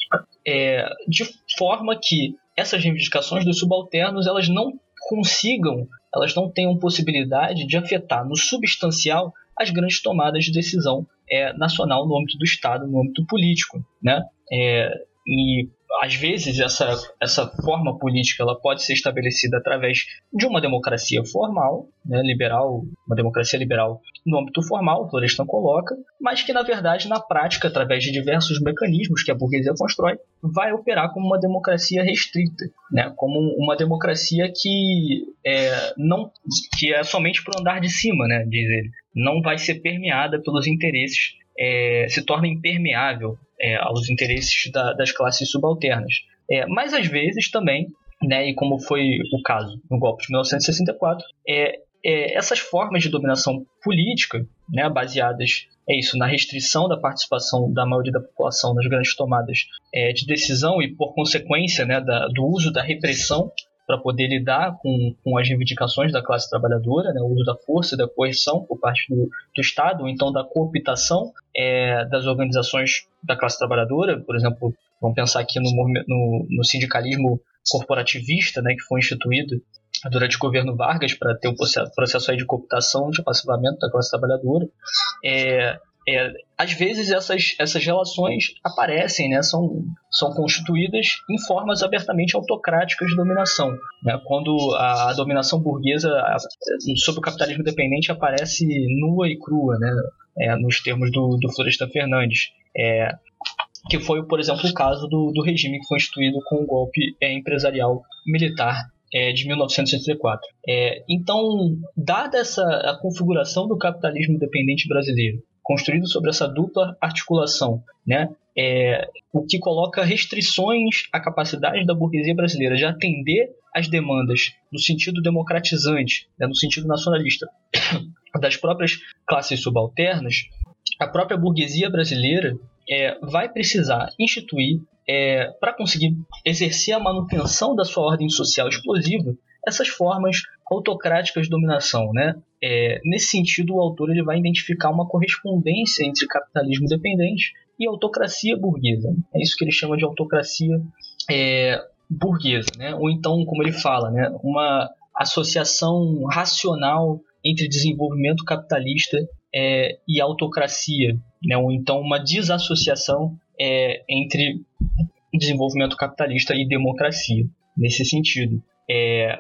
é, de forma que essas reivindicações dos subalternos elas não consigam, elas não tenham possibilidade de afetar no substancial as grandes tomadas de decisão é, nacional no âmbito do Estado, no âmbito político, né? É, e às vezes essa, essa forma política ela pode ser estabelecida através de uma democracia formal, né, liberal, uma democracia liberal no âmbito formal, o Florestan coloca, mas que na verdade na prática, através de diversos mecanismos que a burguesia constrói, vai operar como uma democracia restrita, né, como uma democracia que é, não, que é somente para o andar de cima, né, diz ele, não vai ser permeada pelos interesses, é, se torna impermeável É, aos interesses da, das classes subalternas. É, mas às vezes também, né, e como foi o caso no golpe de mil novecentos e sessenta e quatro, é, é, essas formas de dominação política, né, baseadas é isso, na restrição da participação da maioria da população nas grandes tomadas é, de decisão e, por consequência, né, da, do uso da repressão para poder lidar com, com as reivindicações da classe trabalhadora, né, o uso da força e da coerção por parte do, do Estado, ou então da cooptação é, das organizações da classe trabalhadora. Por exemplo, vamos pensar aqui no, no, no sindicalismo corporativista, né, que foi instituído durante o governo Vargas para ter o processo, processo aí de cooptação, de passivamento da classe trabalhadora. É, É, às vezes essas, essas relações aparecem, né, são, são constituídas em formas abertamente autocráticas de dominação, né, quando a, a dominação burguesa a, sobre o capitalismo dependente aparece nua e crua, né, é, nos termos do, do Florestan Fernandes, é, que foi, por exemplo, o caso do, do regime que foi instituído com o golpe é, empresarial militar é, de mil novecentos e sessenta e quatro. É, então, dada essa, a configuração do capitalismo dependente brasileiro, construído sobre essa dupla articulação, né? É, o que coloca restrições à capacidade da burguesia brasileira de atender às demandas no sentido democratizante, né, no sentido nacionalista, das próprias classes subalternas, a própria burguesia brasileira é, vai precisar instituir, é, para conseguir exercer a manutenção da sua ordem social explosiva, essas formas autocráticas de dominação, né? É, nesse sentido, o autor ele vai identificar uma correspondência entre capitalismo dependente e autocracia burguesa. É isso que ele chama de autocracia é, burguesa, né? Ou então, como ele fala, né, uma associação racional entre desenvolvimento capitalista é, e autocracia, né? Ou então uma desassociação é, entre desenvolvimento capitalista e democracia, nesse sentido. É,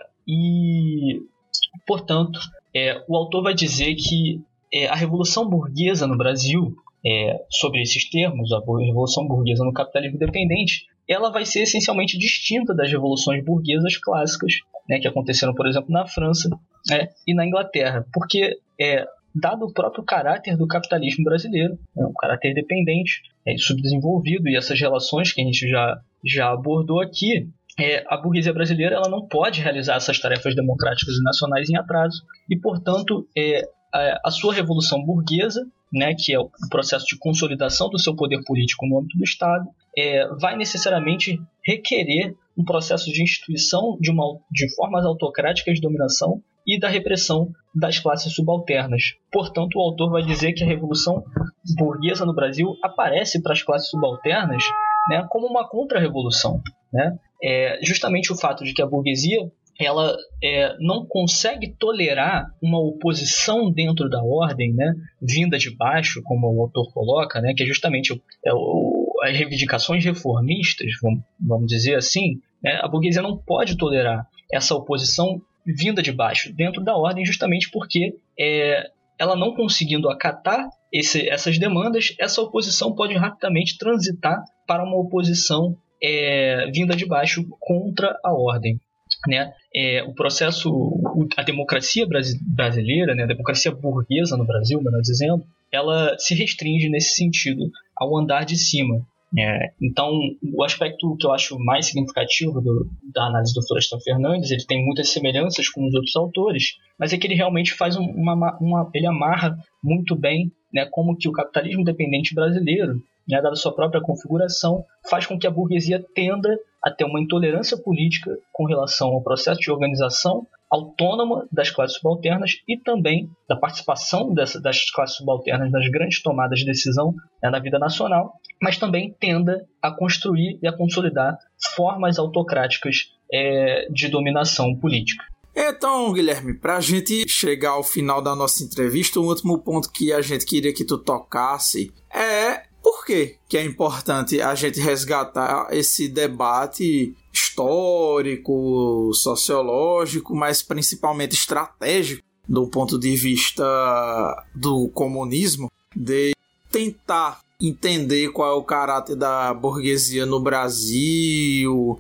e, portanto, é, o autor vai dizer que é, a Revolução Burguesa no Brasil, é, sobre esses termos, a Revolução Burguesa no capitalismo dependente, ela vai ser essencialmente distinta das revoluções burguesas clássicas, né, que aconteceram, por exemplo, na França, né, e na Inglaterra, porque, é, dado o próprio caráter do capitalismo brasileiro, né, um caráter dependente, é, subdesenvolvido, e essas relações que a gente já, já abordou aqui, É, a burguesia brasileira ela não pode realizar essas tarefas democráticas e nacionais em atraso e, portanto, é, a, a sua revolução burguesa, né, que é o processo de consolidação do seu poder político no âmbito do Estado, é, vai necessariamente requerer um processo de instituição de, uma, de formas autocráticas de dominação e da repressão das classes subalternas. Portanto, o autor vai dizer que a revolução burguesa no Brasil aparece para as classes subalternas, né, como uma contra-revolução, né? É justamente o fato de que a burguesia ela é, não consegue tolerar uma oposição dentro da ordem, né, vinda de baixo, como o autor coloca, né, que é justamente o, é o, as reivindicações reformistas, vamos, vamos dizer assim, né, a burguesia não pode tolerar essa oposição vinda de baixo dentro da ordem, justamente porque é, ela não conseguindo acatar esse, essas demandas, essa oposição pode rapidamente transitar para uma oposição É, vinda de baixo contra a ordem, né? É, o processo, a democracia brasileira, né, a democracia burguesa no Brasil, melhor dizendo, ela se restringe nesse sentido ao andar de cima. É, então, o aspecto que eu acho mais significativo do, da análise do Florestan Fernandes, ele tem muitas semelhanças com os outros autores, mas é que ele realmente faz uma, uma ele amarra muito bem, né, como que o capitalismo dependente brasileiro, né, dada sua própria configuração, faz com que a burguesia tenda a ter uma intolerância política com relação ao processo de organização autônoma das classes subalternas e também da participação dessa, das classes subalternas nas grandes tomadas de decisão, né, na vida nacional, mas também tenda a construir e a consolidar formas autocráticas é, de dominação política. Então, Guilherme, para a gente chegar ao final da nossa entrevista, o último ponto que a gente queria que tu tocasse é por que que é importante a gente resgatar esse debate histórico, sociológico, mas principalmente estratégico, do ponto de vista do comunismo, de tentar entender qual é o caráter da burguesia no Brasil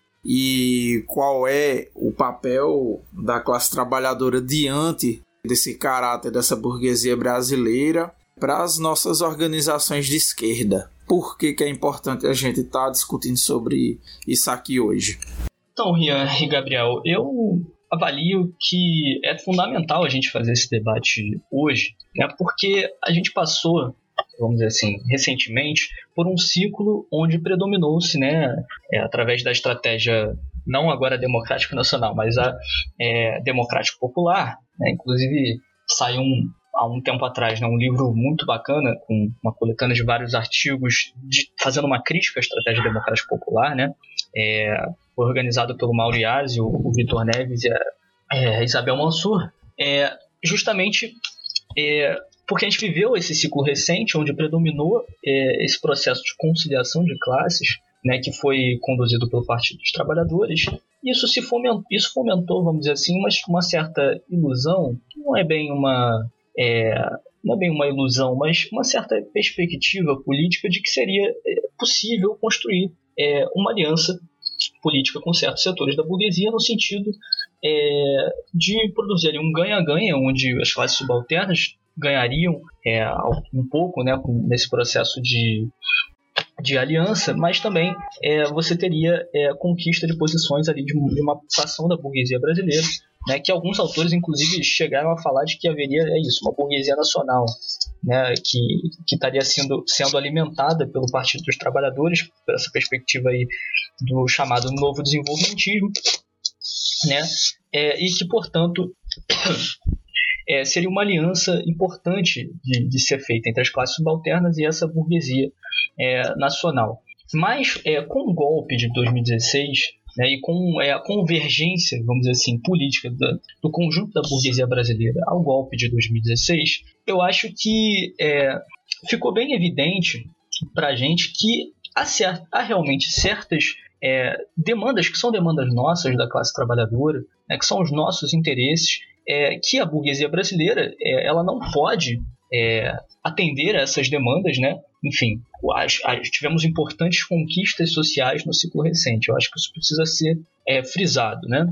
e qual é o papel da classe trabalhadora diante desse caráter dessa burguesia brasileira para as nossas organizações de esquerda. Por que que é importante a gente estar tá discutindo sobre isso aqui hoje? Então, Rian e Gabriel, eu avalio que é fundamental a gente fazer esse debate hoje, né, porque a gente passou, vamos dizer assim, recentemente, por um ciclo onde predominou-se, né, é, através da estratégia, não agora democrática nacional, mas a é, democrático popular, né, inclusive saiu um, há um tempo atrás, né, um livro muito bacana, com uma coletânea de vários artigos de, fazendo uma crítica à estratégia democrática popular, né, é, foi organizado pelo Mauro Iazzi, o, o Vitor Neves e a, é, a Isabel Mansur, é, justamente é, porque a gente viveu esse ciclo recente onde predominou é, esse processo de conciliação de classes, né, que foi conduzido pelo Partido dos Trabalhadores. Isso, se fomentou, isso fomentou, vamos dizer assim, uma, uma certa ilusão, que não é bem uma... É, não é bem uma ilusão, mas uma certa perspectiva política de que seria é, possível construir é, uma aliança política com certos setores da burguesia no sentido é, de produzir ali um ganha-ganha, onde as classes subalternas ganhariam é, um pouco, né, nesse processo de, de aliança, mas também é, você teria é, conquista de posições ali de, de uma fração da burguesia brasileira, né, que alguns autores inclusive chegaram a falar de que haveria é isso, uma burguesia nacional, né, que, que estaria sendo, sendo alimentada pelo Partido dos Trabalhadores, por essa perspectiva aí do chamado novo desenvolvimentismo, né, é, e que, portanto, é, seria uma aliança importante de, de ser feita entre as classes subalternas e essa burguesia é, nacional. Mas, é, com o golpe de dois mil e dezesseis, né, e com é, a convergência, vamos dizer assim, política do, do conjunto da burguesia brasileira ao golpe de dois mil e dezesseis, eu acho que é, ficou bem evidente para a gente que há, cert, há realmente certas é, demandas que são demandas nossas da classe trabalhadora, né, que são os nossos interesses, é, que a burguesia brasileira é, ela não pode é, atender a essas demandas, né? Enfim, as, as, tivemos importantes conquistas sociais no ciclo recente. Eu acho que isso precisa ser é, frisado, né?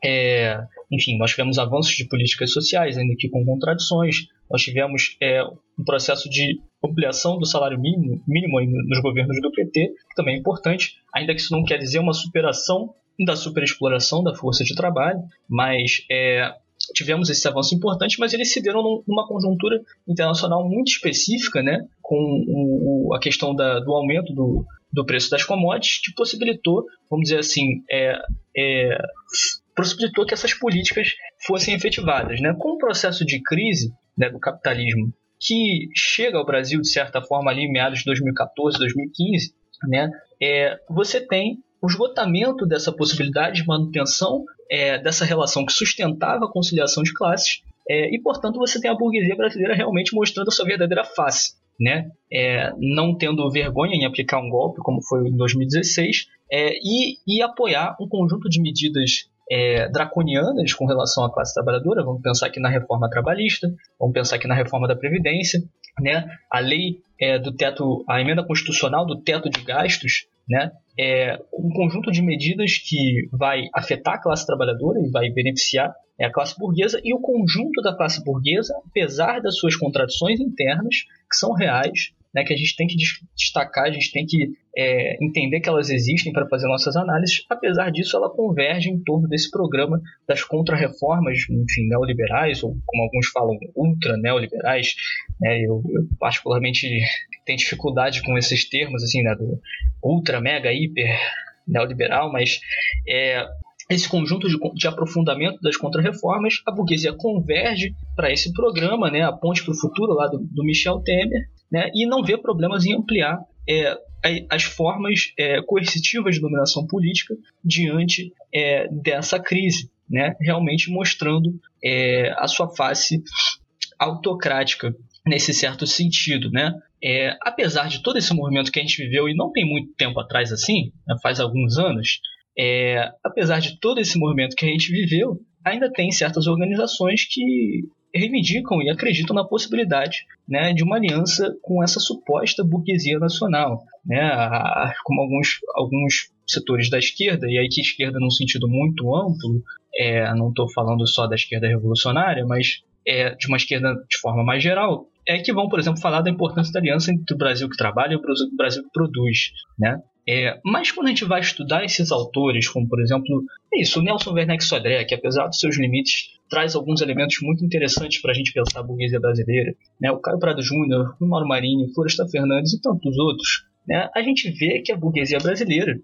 É, enfim, nós tivemos avanços de políticas sociais, ainda que com contradições. Nós tivemos é, um processo de ampliação do salário mínimo, mínimo nos governos do P T, que também é importante, ainda que isso não quer dizer uma superação da superexploração da força de trabalho, mas é, tivemos esse avanço importante, mas eles se deram numa conjuntura internacional muito específica, né, com o, a questão da, do aumento do, do preço das commodities, que possibilitou, vamos dizer assim, é, é, possibilitou que essas políticas fossem efetivadas, né? Com o processo de crise, né, do capitalismo que chega ao Brasil, de certa forma, ali em meados de dois mil e catorze, dois mil e quinze, né, é, você tem o esgotamento dessa possibilidade de manutenção é, dessa relação que sustentava a conciliação de classes é, e, portanto, você tem a burguesia brasileira realmente mostrando a sua verdadeira face, né? É, não tendo vergonha em aplicar um golpe, como foi em dois mil e dezesseis, é, e, e apoiar um conjunto de medidas é, draconianas com relação à classe trabalhadora. Vamos pensar aqui na reforma trabalhista, vamos pensar aqui na reforma da Previdência, né? A lei é, do teto, a emenda constitucional do teto de gastos, né? É um conjunto de medidas que vai afetar a classe trabalhadora e vai beneficiar a classe burguesa, e o conjunto da classe burguesa, apesar das suas contradições internas, que são reais, né, que a gente tem que destacar, a gente tem que é, entender que elas existem para fazer nossas análises. Apesar disso, ela converge em torno desse programa das contra-reformas, enfim, neoliberais, ou como alguns falam, ultra-neoliberais, né? Eu, eu particularmente tenho dificuldade com esses termos, assim, né, do ultra, mega, hiper neoliberal, mas é, esse conjunto de, de aprofundamento das contrarreformas, a burguesia converge para esse programa, né, a ponte para o futuro lá do, do Michel Temer, né, e não vê problemas em ampliar é, as formas é, coercitivas de dominação política diante é, dessa crise, né, realmente mostrando é, a sua face autocrática nesse certo sentido, né? É, apesar de todo esse movimento que a gente viveu, e não tem muito tempo atrás assim, né, faz alguns anos, é, apesar de todo esse movimento que a gente viveu, ainda tem certas organizações que reivindicam e acreditam na possibilidade, né, de uma aliança com essa suposta burguesia nacional, né, como alguns, alguns setores da esquerda, e aí que esquerda num sentido muito amplo, é, não estou falando só da esquerda revolucionária, mas é, de uma esquerda de forma mais geral, é que vão, por exemplo, falar da importância da aliança entre o Brasil que trabalha e o Brasil que produz, né? É, mas quando a gente vai estudar esses autores, como por exemplo, é isso, o Nelson Werneck Sodré, que apesar dos seus limites, traz alguns elementos muito interessantes para a gente pensar a burguesia brasileira, né? O Caio Prado Júnior, o Mauro Marinho, o Florestan Fernandes e tantos outros, né? A gente vê que a burguesia brasileira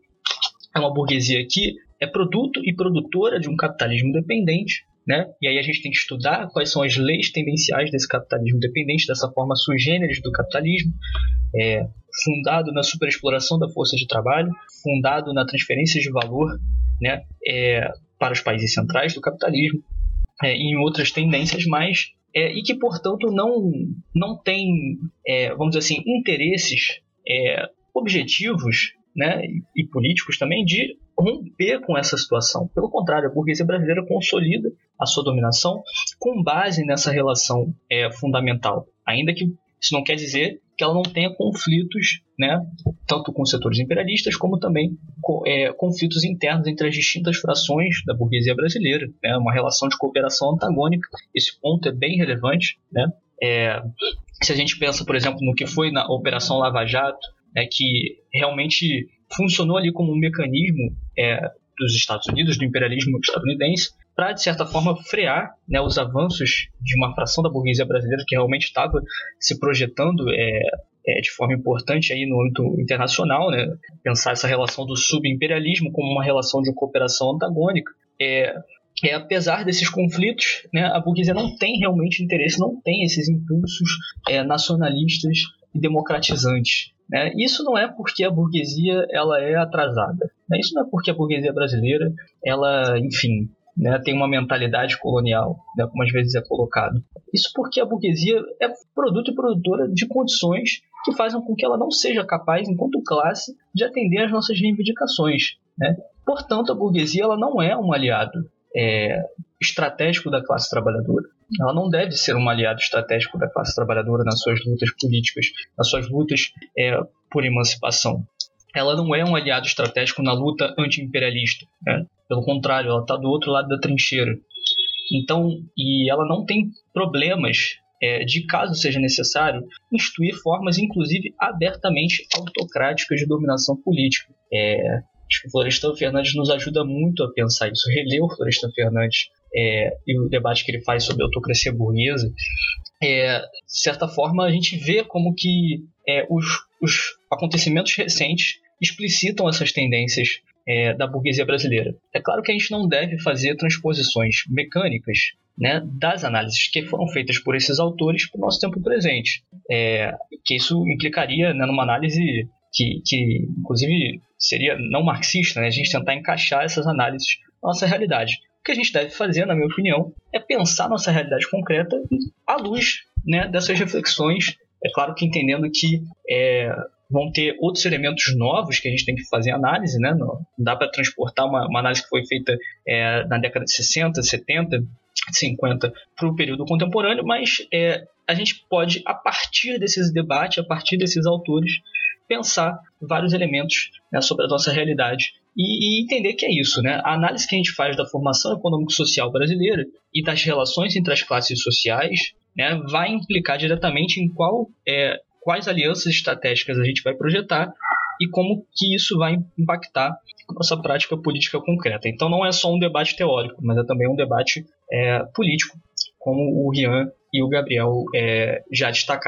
é uma burguesia que é produto e produtora de um capitalismo dependente, né? E aí a gente tem que estudar quais são as leis tendenciais desse capitalismo dependente, dessa forma sui generis do capitalismo, é, fundado na superexploração da força de trabalho, fundado na transferência de valor, né, é, para os países centrais do capitalismo, é, e em outras tendências mais, é, e que, portanto, não, não tem, é, vamos dizer assim, interesses é, objetivos, né, e políticos também de romper com essa situação. Pelo contrário, a burguesia brasileira consolida a sua dominação com base nessa relação é, fundamental, ainda que isso não quer dizer que ela não tenha conflitos, né, tanto com setores imperialistas como também com, é, conflitos internos entre as distintas frações da burguesia brasileira, né, uma relação de cooperação antagônica. Esse ponto é bem relevante, né? É, se a gente pensa, por exemplo, no que foi na Operação Lava Jato, é que realmente funcionou ali como um mecanismo é, dos Estados Unidos, do imperialismo estadunidense, para, de certa forma, frear, né, os avanços de uma fração da burguesia brasileira que realmente estava se projetando é, é, de forma importante aí no âmbito internacional, né, pensar essa relação do subimperialismo como uma relação de cooperação antagônica. É, é, apesar desses conflitos, né, a burguesia não tem realmente interesse, não tem esses impulsos é, nacionalistas e democratizantes. Né? Isso não é porque a burguesia ela é atrasada. Né? Isso não é porque a burguesia brasileira, ela, enfim, né, tem uma mentalidade colonial, né, como às vezes é colocado. Isso porque a burguesia é produto e produtora de condições que fazem com que ela não seja capaz, enquanto classe, de atender às nossas reivindicações. Né? Portanto, a burguesia ela não é um aliado é, estratégico da classe trabalhadora. Ela não deve ser um aliado estratégico da classe trabalhadora nas suas lutas políticas, nas suas lutas é, por emancipação. Ela não é um aliado estratégico na luta anti-imperialista. Né? Pelo contrário, ela está do outro lado da trincheira. Então, e ela não tem problemas é, de, caso seja necessário, instituir formas, inclusive, abertamente autocráticas de dominação política. É, acho que o Florestan Fernandes nos ajuda muito a pensar isso. Reler o Florestan Fernandes é, e o debate que ele faz sobre a autocracia burguesa, é, de certa forma, a gente vê como que é, os, os acontecimentos recentes explicitam essas tendências é, da burguesia brasileira. É claro que a gente não deve fazer transposições mecânicas, né, das análises que foram feitas por esses autores para o nosso tempo presente, é, que isso implicaria, né, numa análise que, que, inclusive, seria não marxista, né, a gente tentar encaixar essas análises na nossa realidade. O que a gente deve fazer, na minha opinião, é pensar nossa realidade concreta à luz, né, dessas reflexões. É claro que entendendo que é, vão ter outros elementos novos que a gente tem que fazer análise, né? Não dá para transportar uma, uma análise que foi feita é, na década de sessenta, setenta, cinquenta para o período contemporâneo, mas é, a gente pode, a partir desses debates, a partir desses autores, pensar vários elementos, né, sobre a nossa realidade e, e entender que é isso, né? A análise que a gente faz da formação econômico-social brasileira e das relações entre as classes sociais, né, vai implicar diretamente em qual, é, quais alianças estratégicas a gente vai projetar e como que isso vai impactar a nossa prática política concreta. Então não é só um debate teórico, mas é também um debate é, político, como o Rian e o Gabriel é, já destacaram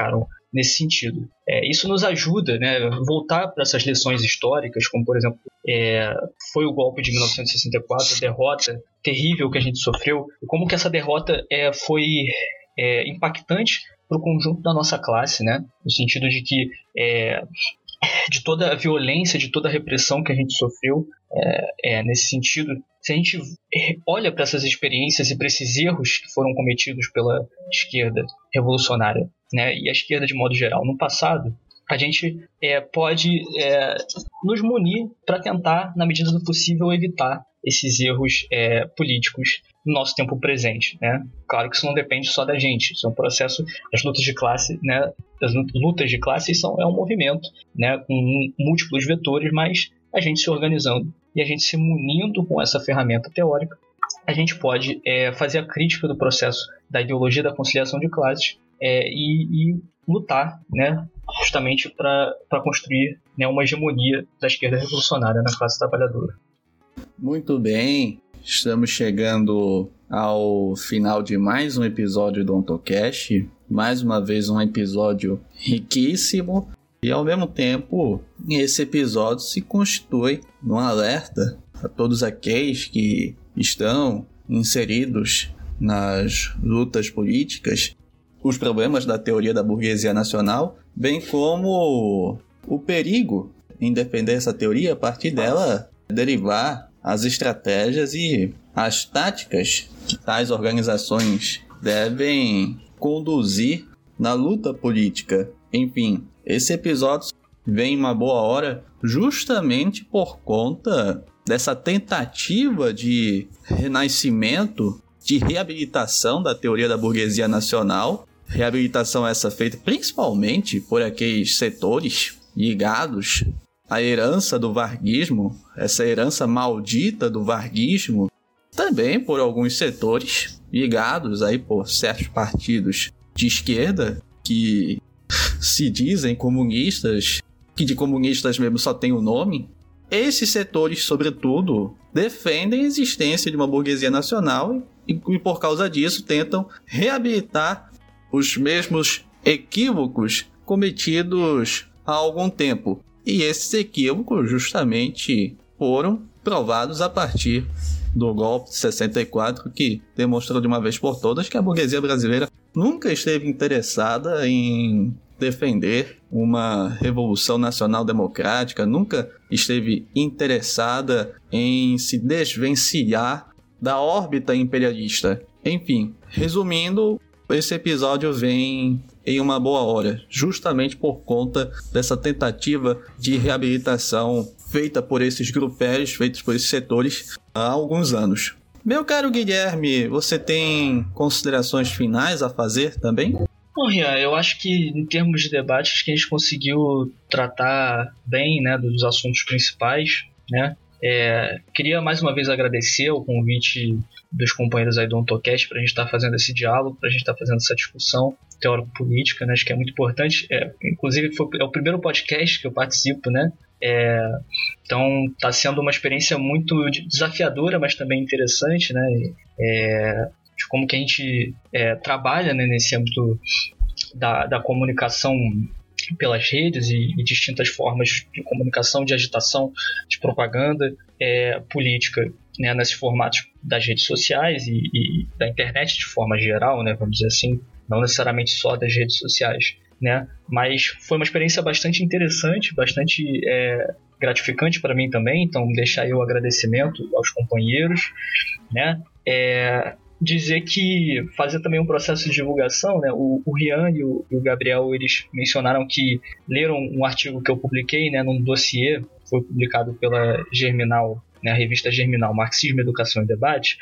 nesse sentido. É, isso nos ajuda, né, a voltar para essas lições históricas, como, por exemplo, é, foi o golpe de mil novecentos e sessenta e quatro, a derrota terrível que a gente sofreu, e como que essa derrota é, foi é, impactante para o conjunto da nossa classe, né, no sentido de que é, de toda a violência, de toda a repressão que a gente sofreu, é, é, nesse sentido, se a gente olha para essas experiências e para esses erros que foram cometidos pela esquerda revolucionária, né, e a esquerda de modo geral no passado, a gente é, pode é, nos munir para tentar, na medida do possível, evitar esses erros é, políticos no nosso tempo presente, né? Claro que isso não depende só da gente, isso é um processo, as lutas de classe, né? As lutas de classe são, é um movimento, né? Com múltiplos vetores, mas a gente se organizando e a gente se munindo com essa ferramenta teórica, a gente pode é, fazer a crítica do processo da ideologia da conciliação de classes é, e, e lutar, né? Justamente para construir, né, uma hegemonia da esquerda revolucionária na classe trabalhadora. Muito bem, estamos chegando ao final de mais um episódio do OntoCast. Mais uma vez um episódio riquíssimo e ao mesmo tempo esse episódio se constitui num alerta a todos aqueles que estão inseridos nas lutas políticas, os problemas da teoria da burguesia nacional, bem como o perigo em defender essa teoria, a partir dela derivar as estratégias e as táticas que tais organizações devem conduzir na luta política. Enfim, esse episódio vem em uma boa hora justamente por conta dessa tentativa de renascimento, de reabilitação da teoria da burguesia nacional. Reabilitação essa feita principalmente por aqueles setores ligados à herança do varguismo, essa herança maldita do varguismo, também por alguns setores ligados aí por certos partidos de esquerda que se dizem comunistas, que de comunistas mesmo só tem o nome. Esses setores, sobretudo, defendem a existência de uma burguesia nacional e, e por causa disso tentam reabilitar os mesmos equívocos cometidos há algum tempo. E esses equívocos justamente foram provados a partir do golpe de sessenta e quatro, que demonstrou de uma vez por todas que a burguesia brasileira nunca esteve interessada em defender uma revolução nacional democrática, nunca esteve interessada em se desvencilhar da órbita imperialista. Enfim, resumindo, esse episódio vem em uma boa hora, justamente por conta dessa tentativa de reabilitação feita por esses grupéis, feitos por esses setores há alguns anos. Meu caro Guilherme, você tem considerações finais a fazer também? Bom, Rian, eu acho que em termos de debate, acho que a gente conseguiu tratar bem, né, dos assuntos principais, né? É, queria mais uma vez agradecer o convite dos companheiros aí do OntoCast para a gente estar tá fazendo esse diálogo, para a gente estar tá fazendo essa discussão teórico-política, né? Acho que é muito importante. É, inclusive, foi, é o primeiro podcast que eu participo, né? É, então, está sendo uma experiência muito desafiadora, mas também interessante, né? É, de como que a gente é, trabalha, né, nesse âmbito da, da comunicação pelas redes e, e distintas formas de comunicação, de agitação, de propaganda é, política, né, nesses formatos das redes sociais e, e da internet de forma geral, né, vamos dizer assim, não necessariamente só das redes sociais, né, mas foi uma experiência bastante interessante, bastante é, gratificante para mim também, então deixar aí o agradecimento aos companheiros, né, é, dizer que fazer também um processo de divulgação, né? O, o Rian e o, e o Gabriel, eles mencionaram que leram um artigo que eu publiquei, né, num dossiê, foi publicado pela Germinal, né, a revista Germinal, Marxismo, Educação e Debate,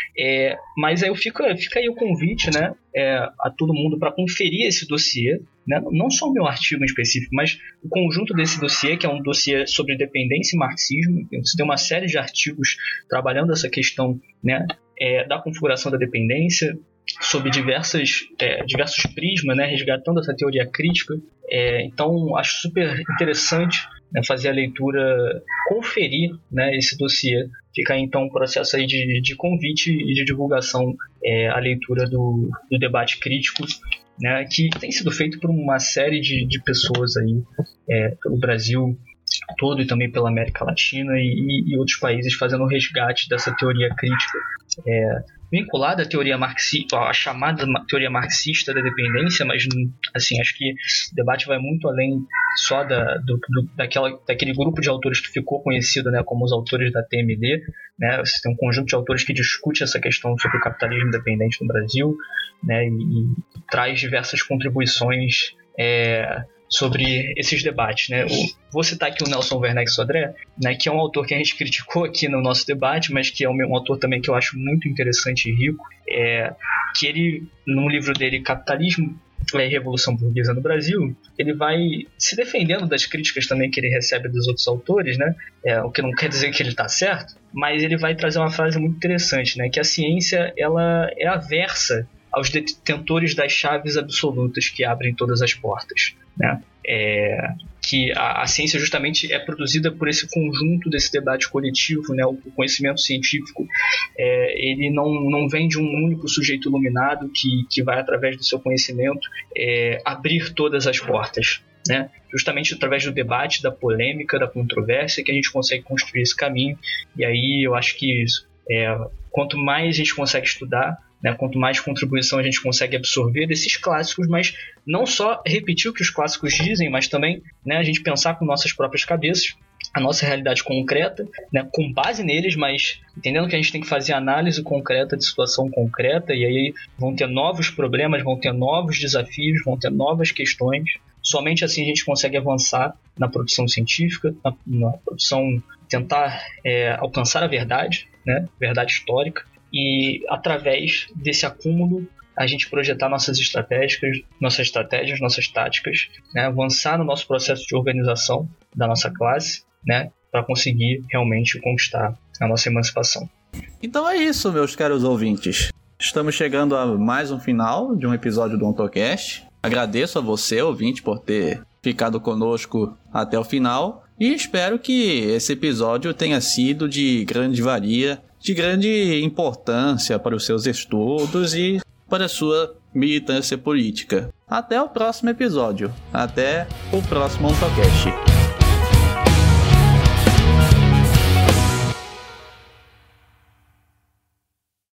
é, mas aí eu fico, fica aí o convite, né, é, a todo mundo para conferir esse dossiê, né, não só o meu artigo em específico, mas o conjunto desse dossiê, que é um dossiê sobre dependência e marxismo. Você tem uma série de artigos trabalhando essa questão, né, é, da configuração da dependência, sob diversas, é, diversos prismas, né, resgatando essa teoria crítica. É, então, acho super interessante, né, fazer a leitura, conferir, né, esse dossiê. Fica aí, então, um processo aí de, de convite e de divulgação é, à leitura do, do debate crítico, né, que tem sido feito por uma série de, de pessoas aí, é, pelo Brasil todo e também pela América Latina e, e outros países, fazendo o resgate dessa teoria crítica é, vinculada à teoria marxista, à chamada teoria marxista da dependência, mas assim, acho que o debate vai muito além só da, do, do, daquela, daquele grupo de autores que ficou conhecido, né, como os autores da T M D, né. Você tem um conjunto de autores que discute essa questão sobre o capitalismo dependente no Brasil, né, e, e traz diversas contribuições é, sobre esses debates, né? Eu vou citar aqui o Nelson Werneck Sodré, né, que é um autor que a gente criticou aqui no nosso debate, mas que é um autor também que eu acho muito interessante e rico, é, que ele, no livro dele, Capitalismo e Revolução Burguesa no Brasil, ele vai se defendendo das críticas também que ele recebe dos outros autores, né? É, o que não quer dizer que ele está certo, mas ele vai trazer uma frase muito interessante, né, que a ciência ela é aversa aos detentores das chaves absolutas que abrem todas as portas, né? É, que a, a ciência justamente é produzida por esse conjunto desse debate coletivo, né? O conhecimento científico é, ele não, não vem de um único sujeito iluminado que, que vai, através do seu conhecimento, é, abrir todas as portas, né? Justamente através do debate, da polêmica, da controvérsia, que a gente consegue construir esse caminho. E aí eu acho que é, quanto mais a gente consegue estudar, né, quanto mais contribuição a gente consegue absorver desses clássicos, mas não só repetir o que os clássicos dizem, mas também, né, a gente pensar com nossas próprias cabeças a nossa realidade concreta, né, com base neles, mas entendendo que a gente tem que fazer análise concreta de situação concreta, e aí vão ter novos problemas, vão ter novos desafios, vão ter novas questões. Somente assim a gente consegue avançar na produção científica, na, na produção, tentar é, alcançar a verdade, né, verdade histórica, e através desse acúmulo a gente projetar nossas estratégias, nossas estratégias, nossas táticas, né, avançar no nosso processo de organização da nossa classe, né, para conseguir realmente conquistar a nossa emancipação. Então é isso, meus caros ouvintes. Estamos chegando a mais um final de um episódio do OntoCast. Agradeço a você, ouvinte, por ter ficado conosco até o final e espero que esse episódio tenha sido de grande valia, de grande importância para os seus estudos e para a sua militância política. Até o próximo episódio. Até o próximo OntoCast.